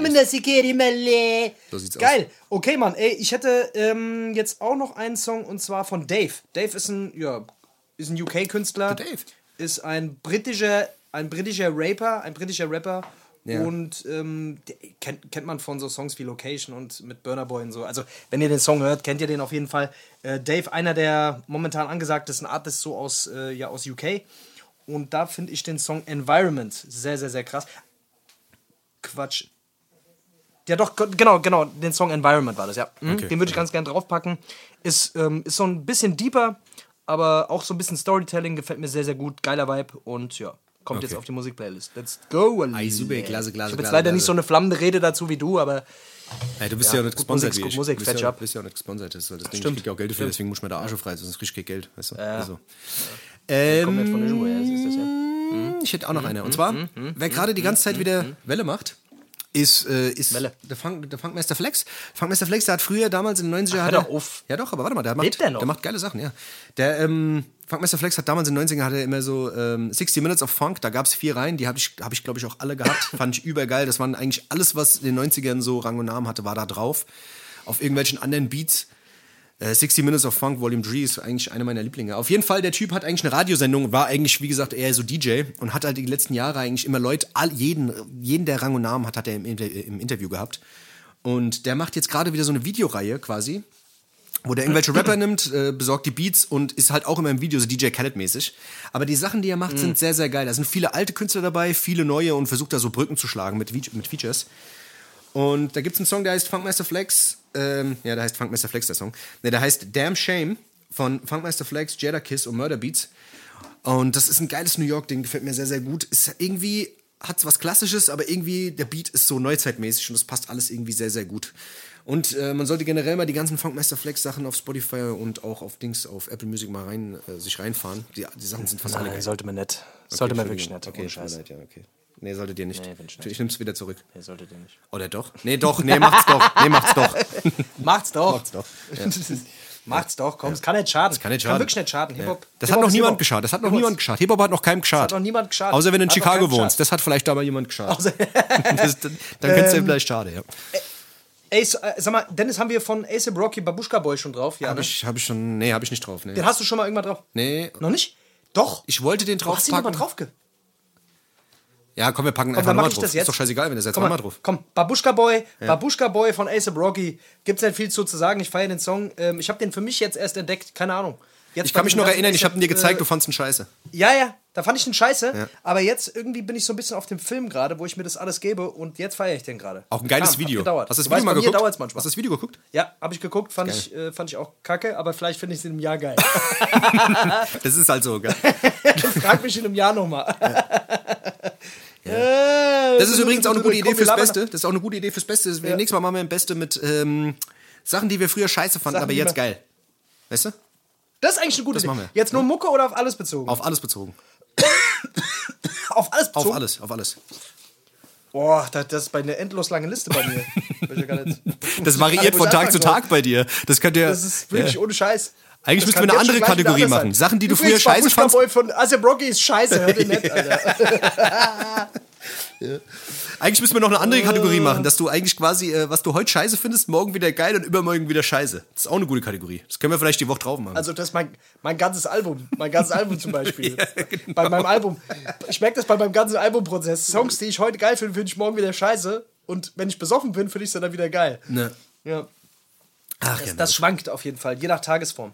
So sieht's Geil. aus. Okay, Mann, ey, ich hätte ähm, jetzt auch noch einen Song und zwar von Dave. Dave ist ein, ja, ist ein U K-Künstler. Dave. Ist ein britischer, ein britischer Rapper, ein britischer Rapper. Ja. Und ähm, kennt, kennt man von so Songs wie Location und mit Burna Boy und so. Also, wenn ihr den Song hört, kennt ihr den auf jeden Fall. Äh, Dave, einer der momentan angesagtesten Artists so aus, äh, ja, aus U K. Und da finde ich den Song Environment sehr, sehr, sehr krass. Quatsch. Ja, doch, genau, genau, den Song Environment war das, ja. Mhm, okay. Den würde ich ganz gerne draufpacken. Ist, ähm, ist so ein bisschen deeper, aber auch so ein bisschen Storytelling, gefällt mir sehr, sehr gut. Geiler Vibe und ja. Kommt okay. jetzt auf die Musikplaylist. Let's go. Ay, super, klasse, klasse. Ich habe jetzt leider nicht so eine flammende Rede dazu wie du, aber. Hey, du bist ja, ja auch nicht gesponsert. Musik, Musik, du bist ja, bist ja auch nicht gesponsert. Das Ding kriegt ja auch Geld dafür, deswegen muss man da Arsch frei, sonst krieg ich kein Geld. Weißt du? Ja. Also. Ja. Ähm, kommt nicht von der Schuhe, ja, ist das ja. Hm? Ich hätte auch noch eine. Und zwar, hm, hm, wer gerade die ganze Zeit wieder Welle macht, ist, äh, ist der, Funk, der Funkmaster Flex. Funkmaster Flex, der hat früher damals in den neunziger... Ach, hör doch auf. Ja doch, aber warte mal, der macht, der, der macht geile Sachen, ja. Der, ähm, Funkmaster Flex hat damals in den neunzigern hatte immer so ähm, sixty Minutes of Funk, da gab es vier Reihen, die habe ich, hab ich glaube ich auch alle gehabt, fand ich übergeil. Das waren eigentlich alles, was in den neunzigern so Rang und Namen hatte, war da drauf. Auf irgendwelchen anderen Beats. Äh, sixty Minutes of Funk Volume drei ist eigentlich einer meiner Lieblinge. Auf jeden Fall, der Typ hat eigentlich eine Radiosendung, war eigentlich, wie gesagt, eher so D J und hat halt die letzten Jahre eigentlich immer Leute, all, jeden, jeden, der Rang und Namen hat, hat er im, im Interview gehabt. Und der macht jetzt gerade wieder so eine Videoreihe quasi, wo der irgendwelche Rapper nimmt, äh, besorgt die Beats und ist halt auch immer im Video so D J Khaled-mäßig. Aber die Sachen, die er macht, mhm. sind sehr, sehr geil. Da sind viele alte Künstler dabei, viele neue und versucht da so Brücken zu schlagen mit, mit Features. Und da gibt's einen Song, der heißt Funkmaster Flex. Ähm, ja, der heißt Funkmaster Flex, der Song. Ne, der heißt Damn Shame von Funkmaster Flex, Jadakiss und Murder Beats. Und das ist ein geiles New York-Ding, gefällt mir sehr, sehr gut. Ist irgendwie, hat's was Klassisches, aber irgendwie, der Beat ist so neuzeitmäßig und das passt alles irgendwie sehr, sehr gut. Und äh, man sollte generell mal die ganzen Funkmaster Flex Sachen auf Spotify und auch auf Dings, auf Apple Music mal rein, äh, sich reinfahren. Die, die Sachen sind fast Nein, alle geil. sollte man nicht. Okay, sollte man wirklich nicht. Okay, scheiße. Leid, ja, okay. Nee, solltet ihr nicht. Nee, ich, ich nehm's wieder zurück. Nee, solltet ihr nicht. Oder doch? Nee, doch. Nee, macht's doch. Nee, macht's doch. macht's doch. Macht's doch. Ja. Macht's doch. Komm, es ja. kann nicht schaden. Das kann nicht schaden. Kann wirklich nicht schaden. Hip-Hop. Ja. Das Hip-Hop hat noch niemand geschadet. Das hat noch niemand geschadet. Hip-Hop hat noch keinem geschadet. Das hat noch niemand geschadet. Außer wenn du in hat Chicago wohnst. Das hat vielleicht da mal jemand geschadet. das, dann dann kennst du ja vielleicht schade, ja. Ey, sag mal, Dennis, haben wir von A$AP Rocky Babushka Boy schon drauf? Ja, hab ne? ich, hab ich schon, nee, hab ich nicht drauf. Nee. Den hast du schon mal irgendwann drauf? Nee. Noch nicht? Doch. Ich wollte den drauf packen. Hast du packen. mal drauf ge- Ja, komm, wir packen komm, einfach mal drauf. Ist doch scheißegal, wenn der jetzt mal drauf. Komm, Babushka Boy, ja. Babushka Boy von A$AP Rocky. Gibt's nicht viel zu, zu sagen. Ich feiere den Song. Ähm, ich habe den für mich jetzt erst entdeckt. Keine Ahnung. Jetzt ich kann mich noch erinnern, ich habe ihn dir gezeigt, äh, du fandst ihn scheiße. Ja, ja, da fand ich ihn scheiße. Ja. Aber jetzt irgendwie bin ich so ein bisschen auf dem Film gerade, wo ich mir das alles gebe und jetzt feiere ich den gerade. Auch ein geiles Kam, Video. Hast du das Video weißt, mal geguckt? Hast du das Video geguckt? Ja, habe ich geguckt, fand ich, äh, fand ich auch kacke, aber vielleicht finde ich es in einem Jahr geil. Das ist halt so, gell? Frag mich in einem Jahr nochmal. Ja. Ja. Das ist übrigens auch eine gute Idee fürs Beste. Das ist auch eine gute Idee fürs Beste. Ja. Nächstes Mal machen wir ein Beste mit ähm, Sachen, die wir früher scheiße fanden, Sachen, aber jetzt geil. Weißt du? Das ist eigentlich eine gute Idee. Jetzt nur Mucke oder auf alles bezogen? Auf alles bezogen. Auf alles bezogen? Auf alles, auf alles. Boah, das, das ist bei einer endlos langen Liste bei mir. Das variiert von Tag zu Tag bei dir. Das könnt ihr. Das ist wirklich ja. ohne Scheiß. Eigentlich müssten wir eine andere Kategorie machen. Sachen, die du früher scheiße fandst. Der von Asep Rocky ist scheiße, hört ihr nicht, Alter. Ja. Eigentlich müssen wir noch eine andere Kategorie machen, dass du eigentlich quasi, äh, was du heute scheiße findest, morgen wieder geil und übermorgen wieder scheiße. Das ist auch eine gute Kategorie. Das können wir vielleicht die Woche drauf machen. Also das ist mein, mein ganzes Album. Mein ganzes Album zum Beispiel. Ja, genau. Bei meinem Album. Ich merke das bei meinem ganzen Albumprozess. Songs, die ich heute geil finde, finde ich morgen wieder scheiße. Und wenn ich besoffen bin, finde ich es dann wieder geil. Ne. Ja. Ach, das, ja, das schwankt auf jeden Fall, je nach Tagesform.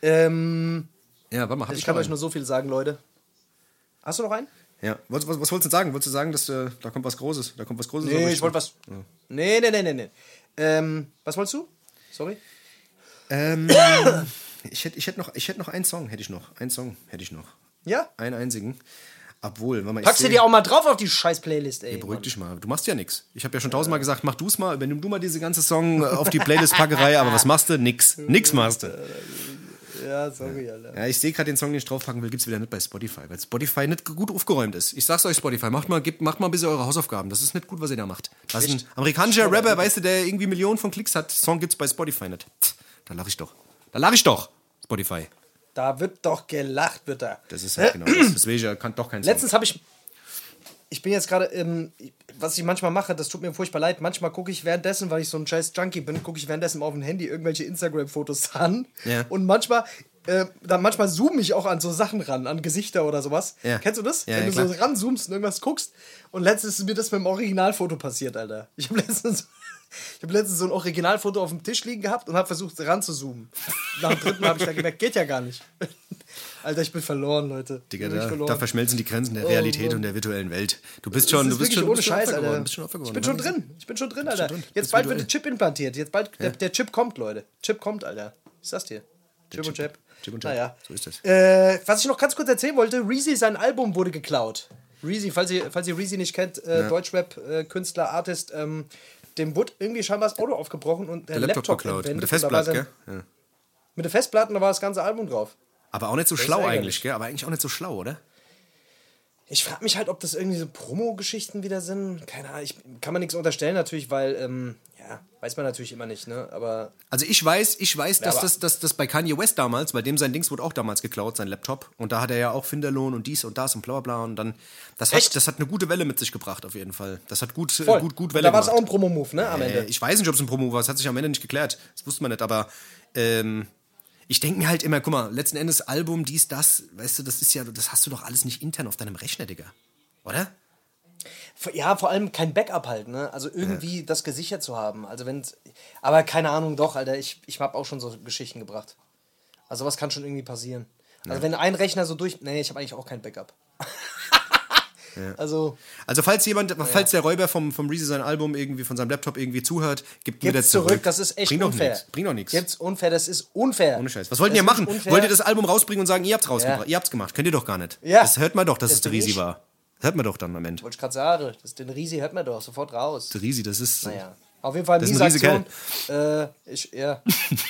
Ähm, ja, warte mal, hab ich ich kann euch einen? nur so viel sagen, Leute. Hast du noch einen? Ja, was, was, was wolltest du sagen? Wolltest du sagen, dass äh, da kommt was Großes? Da kommt was Großes? Nee, ich wollte was... Ja. Nee, nee, nee, nee, nee. Ähm, was wolltest du? Sorry? Ähm, ich hätte ich hätt noch, ich hätt noch einen Song, hätte ich noch. Einen Song hätte ich noch. Ja? Einen einzigen. Obwohl, wenn man... Packst du dir auch mal drauf auf die scheiß Playlist, ey. Ja, beruhig dich mal. Du machst ja nichts. Ich habe ja schon tausendmal gesagt, mach du's mal, übernimm du mal diese ganze Song auf die Playlist-Packerei, aber was machst du? Nix. Nix machst du. Ja, sorry, Alter. Ja, ich sehe gerade den Song, den ich draufpacken will, gibt's wieder nicht bei Spotify, weil Spotify nicht gut aufgeräumt ist. Ich sag's euch, Spotify, macht mal, gebt, macht mal ein bisschen eure Hausaufgaben. Das ist nicht gut, was ihr da macht. Das ist ein amerikanischer Rapper, weißt du, der irgendwie Millionen von Klicks hat. Song gibt's bei Spotify nicht. Da lach ich doch. Da lach ich doch, Spotify. Da wird doch gelacht, wird da. Das ist halt genau das. Deswegen kann doch kein Song. Letztens habe ich... Ich bin jetzt gerade, ähm, was ich manchmal mache, das tut mir furchtbar leid. Manchmal gucke ich währenddessen, weil ich so ein scheiß Junkie bin, gucke ich währenddessen mal auf dem Handy irgendwelche Instagram-Fotos an. Ja. Und manchmal, äh, dann manchmal zoome ich auch an so Sachen ran, an Gesichter oder sowas. Ja. Kennst du das? Ja, Wenn ja, du klar. so ranzoomst und irgendwas guckst. Und letztens ist mir das mit dem Originalfoto passiert, Alter. Ich habe letztens, ich hab letztens so ein Originalfoto auf dem Tisch liegen gehabt und habe versucht ranzuzoomen. Nach dem dritten habe ich dann gemerkt, geht ja gar nicht. Alter, ich bin verloren, Leute. Digga, bin da, verloren. da verschmelzen die Grenzen der Realität oh, und der virtuellen Welt. Du bist das schon, du bist schon, ohne bist schon Scheiß, Alter. geworden, bist schon ich bin schon drin. Ich bin schon drin, Alter. Schon drin. Jetzt bald virtuell. Wird der Chip implantiert. Jetzt bald, ja. der, der Chip kommt, Leute. Chip kommt, Alter. Ich sag's dir. Chip, Chip und Chip. Chip und Chip. Naja. So ist das. Äh, was ich noch ganz kurz erzählen wollte, Reezy, sein Album wurde geklaut. Reezy, falls ihr, falls ihr Reezy nicht kennt, äh, ja. Deutschrap-Künstler, äh, Artist, ähm, dem wurde irgendwie scheinbar das Auto aufgebrochen und der, der Laptop, Laptop geklaut. Mit der Festplatte, gell? Ja. Mit der Festplatte, da war das ganze Album drauf. Aber auch nicht so das schlau eigentlich, gell? Aber eigentlich auch nicht so schlau, oder? Ich frage mich halt, ob das irgendwie so Promo-Geschichten wieder sind. Keine Ahnung, ich, kann man nichts unterstellen natürlich, weil, ähm, ja, weiß man natürlich immer nicht, ne? Aber... Also ich weiß, ich weiß, dass, ja, das, dass das bei Kanye West damals, bei dem sein Dings wurde auch damals geklaut, sein Laptop. Und da hat er ja auch Finderlohn und dies und das und bla bla und dann... Das hat, das hat eine gute Welle mit sich gebracht, auf jeden Fall. Das hat gut, Voll. gut, gut Welle gemacht. Da war es gemacht. auch ein Promo-Move, ne, am Ende? Äh, ich weiß nicht, ob es ein Promo war, das hat sich am Ende nicht geklärt. Das wusste man nicht, aber... Ähm, ich denke mir halt immer, guck mal, letzten Endes Album, dies, das, weißt du, das ist ja, das hast du doch alles nicht intern auf deinem Rechner, Digga. Oder? Ja, vor allem kein Backup halt, ne? Also irgendwie ja. das gesichert zu haben. Also wenn, aber keine Ahnung, doch, Alter, ich, ich hab auch schon so Geschichten gebracht. Also was kann schon irgendwie passieren. Ja. Also wenn ein Rechner so durch... Nee, ich habe eigentlich auch kein Backup. Ja. Also, also falls jemand, ja. falls der Räuber vom, vom Reezy sein Album irgendwie von seinem Laptop irgendwie zuhört, gibt mir das zurück. zurück. Das ist echt Bring unfair. Doch Bring doch nichts. Gibt's unfair, das ist unfair. Ohne Scheiß. Was wollt ihr machen? Unfair. Wollt ihr das Album rausbringen und sagen, ihr habt's rausgebracht? Ja. Ihr habt's gemacht. Könnt ihr doch gar nicht. Ja. Das hört man doch, dass das es der Reezy war. Das hört man doch dann am Ende. Wollte ich gerade sagen. Das, den Reezy hört man doch sofort raus. Der Reezy, das ist... Naja. Auf jeden Fall eine miese Aktion. Äh, ich, ja.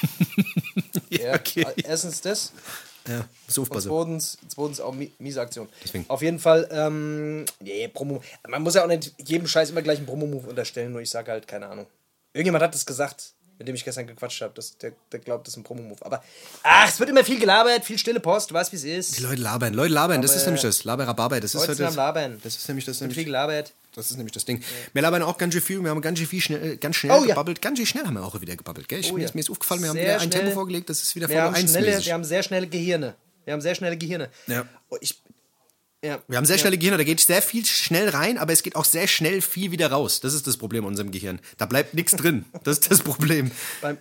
ja, okay. Erstens das. Ja, ist aufpassen. Und zweitens, zweitens auch miese Aktion. Deswegen. Auf jeden Fall, ähm, nee, Promo. Man muss ja auch nicht jedem Scheiß immer gleich einen Promo-Move unterstellen, nur ich sage halt, keine Ahnung. Irgendjemand hat das gesagt, mit dem ich gestern gequatscht habe, der, der glaubt, das ist ein Promo-Move. Aber, ach, es wird immer viel gelabert, viel stille Post, du weißt, wie es ist. Die Leute labern, Leute labern, das Aber, ist nämlich das. Laberababer, das ist Leute halt das. Labern. Das ist nämlich das. Nämlich, viel gelabert. Das ist nämlich das Ding. Ja. Wir labern auch ganz schön viel, wir haben ganz schön viel schnell, ganz schnell oh, gebabbelt. Ja. Ganz schön schnell haben wir auch wieder gebabbelt, gell? Ich, oh, mir, ja. ist, mir ist aufgefallen, wir sehr haben wieder ein schnell, Tempo vorgelegt, das ist wieder Folge eins Wir haben sehr schnelle Gehirne. Wir haben sehr schnelle Gehirne. Ja. Ich, ja. Wir haben sehr ja. schnelle Gehirne, da geht sehr viel schnell rein, aber es geht auch sehr schnell viel wieder raus. Das ist das Problem in unserem Gehirn. Da bleibt nichts drin. Das ist das Problem. Beim,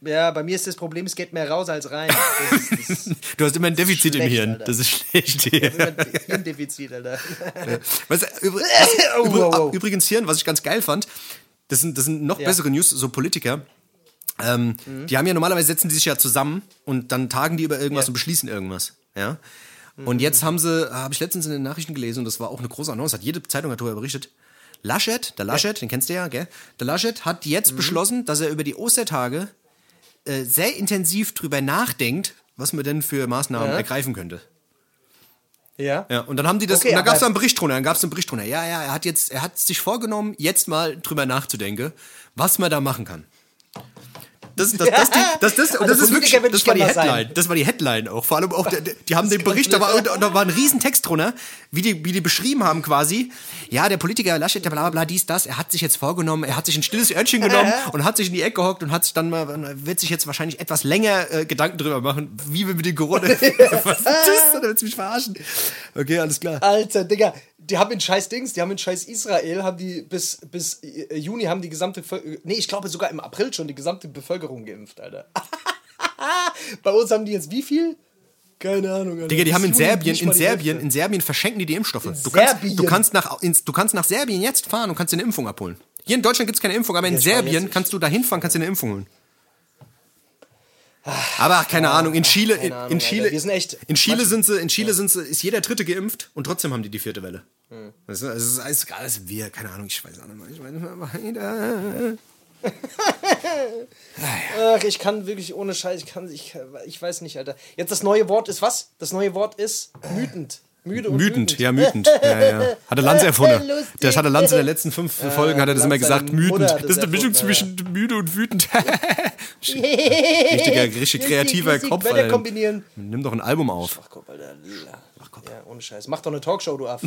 Ja, bei mir ist das Problem, es geht mehr raus als rein. Das ist, das ist, du hast immer ein Defizit schlecht, im Hirn. Alter. Das ist schlecht hier. Ich habe immer ein Hirndefizit, Alter. Ja. Weißt du, übr- oh, wow, wow. Übrigens Hirn, was ich ganz geil fand, das sind, das sind noch ja. bessere News, so Politiker. Ähm, mhm. Die haben ja normalerweise setzen die sich ja zusammen und dann tagen die über irgendwas ja. und beschließen irgendwas. Ja. Mhm. Und jetzt haben sie, habe ich letztens in den Nachrichten gelesen und das war auch eine große Annonce, hat jede Zeitung hat darüber berichtet. Laschet, der Laschet, ja. den kennst du ja, gell? Der Laschet hat jetzt mhm. beschlossen, dass er über die Ostertage äh, sehr intensiv drüber nachdenkt, was man denn für Maßnahmen ja. ergreifen könnte. Ja. Ja. Und dann haben die das, okay, und da gab es einen Bericht drunter, dann gab es einen Bericht drunter. Ja, ja, er hat jetzt, er hat sich vorgenommen, jetzt mal drüber nachzudenken, was man da machen kann. Das, das, das, die, das, das, also das ist wirklich, das war die Headline. Das war die Headline auch. Vor allem auch, die, die haben den Bericht, da war, da war ein riesen Text drunter, wie die, wie die beschrieben haben quasi. Ja, der Politiker Laschet, der bla bla bla, dies, das, er hat sich jetzt vorgenommen, er hat sich ein stilles Örtchen genommen und hat sich in die Ecke gehockt und hat sich dann mal, wird sich jetzt wahrscheinlich etwas länger äh, Gedanken drüber machen, wie wir mit den Corona, was ist das? Da willst du mich verarschen. Okay, alles klar. Alter, Digga. Die haben in scheiß Dings, die haben in scheiß Israel, haben die bis, bis Juni haben die gesamte, nee, ich glaube sogar im April schon die gesamte Bevölkerung geimpft, Alter. Bei uns haben die jetzt wie viel? Keine Ahnung, Alter. Digga, die haben in Serbien, in Serbien, in Serbien verschenken die die Impfstoffe. Du kannst, du kannst nach, ins, du kannst nach Serbien jetzt fahren und kannst dir eine Impfung abholen. Hier in Deutschland gibt es keine Impfung, aber in Serbien kannst du da hinfahren, kannst dir eine Impfung holen. Aber ach, keine ja, Ahnung, in Chile, in, Ahnung, in Chile, wir sind echt, in Chile sind sie, in Chile ja. sind sie, ist jeder Dritte geimpft und trotzdem haben die die vierte Welle. Hm. Das ist, das ist alles, alles wir, keine Ahnung, ich weiß auch nicht mal, ich weiß nicht mal, Ach, ich kann wirklich ohne Scheiß, ich kann, ich, ich weiß nicht, Alter. Jetzt das neue Wort ist was? Das neue Wort ist wütend. Müde und mütend, wütend. ja, mütend. Ja, ja. Hatte Lanz erfunden. Das hatte Lanz in den letzten fünf ja, Folgen, hat er das immer gesagt, müdend. Das, das ist eine Mischung zwischen ja. müde und wütend. Richtiger, richtig kreativer Kopf, Alter. Kombinieren. Nimm doch ein Album auf. Schwachkopf, Alter. Schwachkopf. Ja, ohne Scheiß. Mach doch eine Talkshow, du Aff.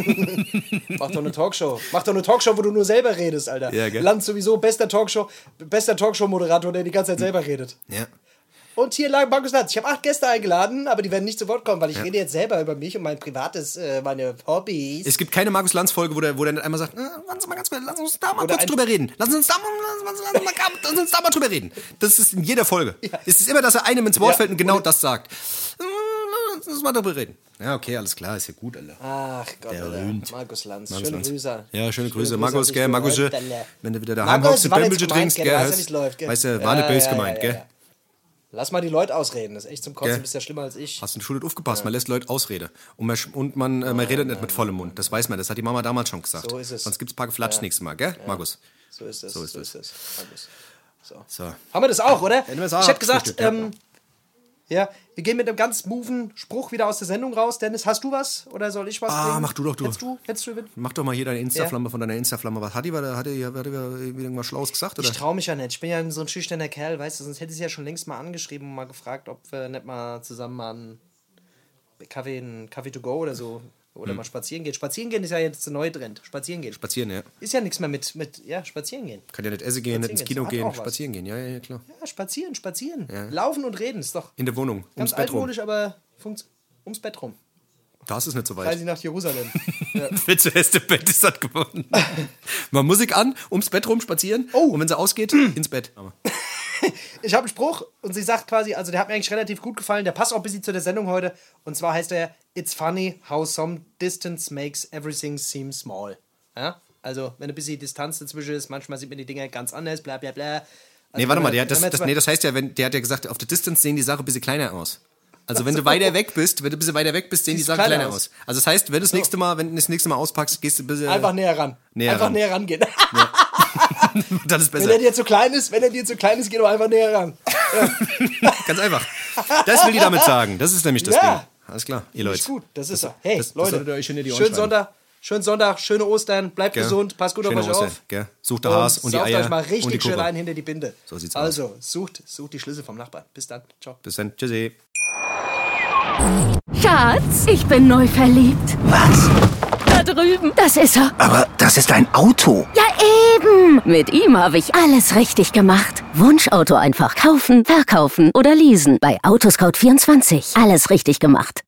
Mach doch eine Talkshow. Mach doch eine Talkshow, wo du nur selber redest, Alter. Ja, gell? Lanz sowieso bester Talkshow, bester Talkshow-Moderator, der die ganze Zeit selber redet. Ja. Und hier lag Markus Lanz. Ich habe acht Gäste eingeladen, aber die werden nicht zu Wort kommen, weil ich ja. rede jetzt selber über mich und mein privates, äh, meine Hobbys. Es gibt keine Markus Lanz-Folge, wo der, wo der nicht einmal sagt, äh, lass uns mal ganz kurz, lass uns da mal Oder kurz drüber reden. Lass uns da mal, lass uns, lass uns, lass uns da mal drüber reden. Das ist in jeder Folge. Ja. Es ist immer, dass er einem ins Wort ja. fällt und genau und das sagt. Lass uns mal drüber reden. Ja, okay, alles klar, ist ja gut, Alter. Ach Gott, der Alter. Markus Lanz, Markus schöne Lanz. Grüße. Ja, schöne Grüße. Markus, gell, Markus, wenn du wieder daheim hockst und Bömbelche trinkst, gell, weißt du, war nicht böse gemeint, gell. Lass mal die Leute ausreden, das ist echt zum Kotzen, du bist ja schlimmer als ich. Hast du in der Schule aufgepasst, ja. man lässt Leute ausreden. Und man, und man, äh, man redet nicht mit vollem Mund, das weiß man, das hat die Mama damals schon gesagt. So ist es. Sonst gibt es ein paar Geflatsch ja. nächstes Mal, gell, ja. Markus? So ist es, so ist, so ist es. Markus. So. So. Haben wir das auch, oder? Ja, auch ich hätte gesagt, ähm, ja, wir gehen mit einem ganz smoothen Spruch wieder aus der Sendung raus. Dennis, hast du was? Oder soll ich was Ah, bringen? mach du doch, du. Hättest du? Hättest du mach doch mal hier deine Insta-Flamme ja. von deiner Insta-Flamme. Was hat die? Hat die, hat die irgendwas Schlaues gesagt? Oder? Ich trau mich ja nicht. Ich bin ja so ein schüchterner Kerl, weißt du. Sonst hätte ich sie ja schon längst mal angeschrieben und mal gefragt, ob wir nicht mal zusammen mal einen Kaffee, einen Kaffee to go oder so. Oder hm. mal spazieren gehen. Spazieren gehen ist ja jetzt ein neuer Trend. Spazieren gehen. Spazieren, ja. Ist ja nichts mehr mit, mit, ja, spazieren gehen. Kann ja nicht essen gehen, nicht ins Kino gehen, spazieren gehen. Ja, ja, ja, klar. Ja, spazieren, spazieren. Ja. Laufen und reden ist doch. In der Wohnung, ums Bett rum. Ganz altmodisch, aber funkt ums Bett rum. Das ist nicht so weit. Reise nach Jerusalem. Ja. Wer zuerst im Bett ist, hat gewonnen. Mal Musik an, ums Bett rum spazieren. Oh. Und wenn sie ausgeht, ins Bett. Ich habe einen Spruch und sie sagt quasi, also der hat mir eigentlich relativ gut gefallen, der passt auch ein bisschen zu der Sendung heute. Und zwar heißt er, It's funny how some distance makes everything seem small. Ja? Also, wenn ein bisschen Distanz dazwischen ist, manchmal sieht man die Dinge ganz anders, bla bla bla. Also nee, warte mal, der, das, das, nee, das heißt ja, wenn, der hat ja gesagt, auf der Distance sehen die Sachen ein bisschen kleiner aus. Also wenn du weiter weg bist, wenn du ein bisschen weiter weg bist, sehen die Sachen kleiner aus. aus. Also das heißt, wenn du das nächste Mal, wenn du das nächste Mal auspackst, gehst du ein bisschen... Einfach näher ran. Näher einfach ran. näher rangehen. Ja. Dann ist besser. Wenn er dir zu klein ist, wenn er dir zu klein ist, geh doch einfach näher ran. Ja. Ganz einfach. Das will die damit sagen. Das ist nämlich das ja. Ding. Alles klar, ihr Leute. Ist gut, das ist er. Hey, das, Leute, das schönen Sonntag, schönen Sonntag, schöne Ostern, bleibt Gell. gesund, passt gut Schöne auf euch Ostern. auf. Gell. Sucht der Haas und die Eier euch mal und die richtig schön Kurve. ein hinter die Binde. So sieht's also, aus. Also, sucht, sucht die Schlüssel vom Nachbarn. Bis dann, ciao. Bis dann, tschüssi. Schatz, ich bin neu verliebt. Was? Da drüben. Das ist er. Aber das ist ein Auto. Ja, eben. Mit ihm habe ich alles richtig gemacht. Wunschauto einfach kaufen, verkaufen oder leasen. Bei Autoscout vierundzwanzig. Alles richtig gemacht.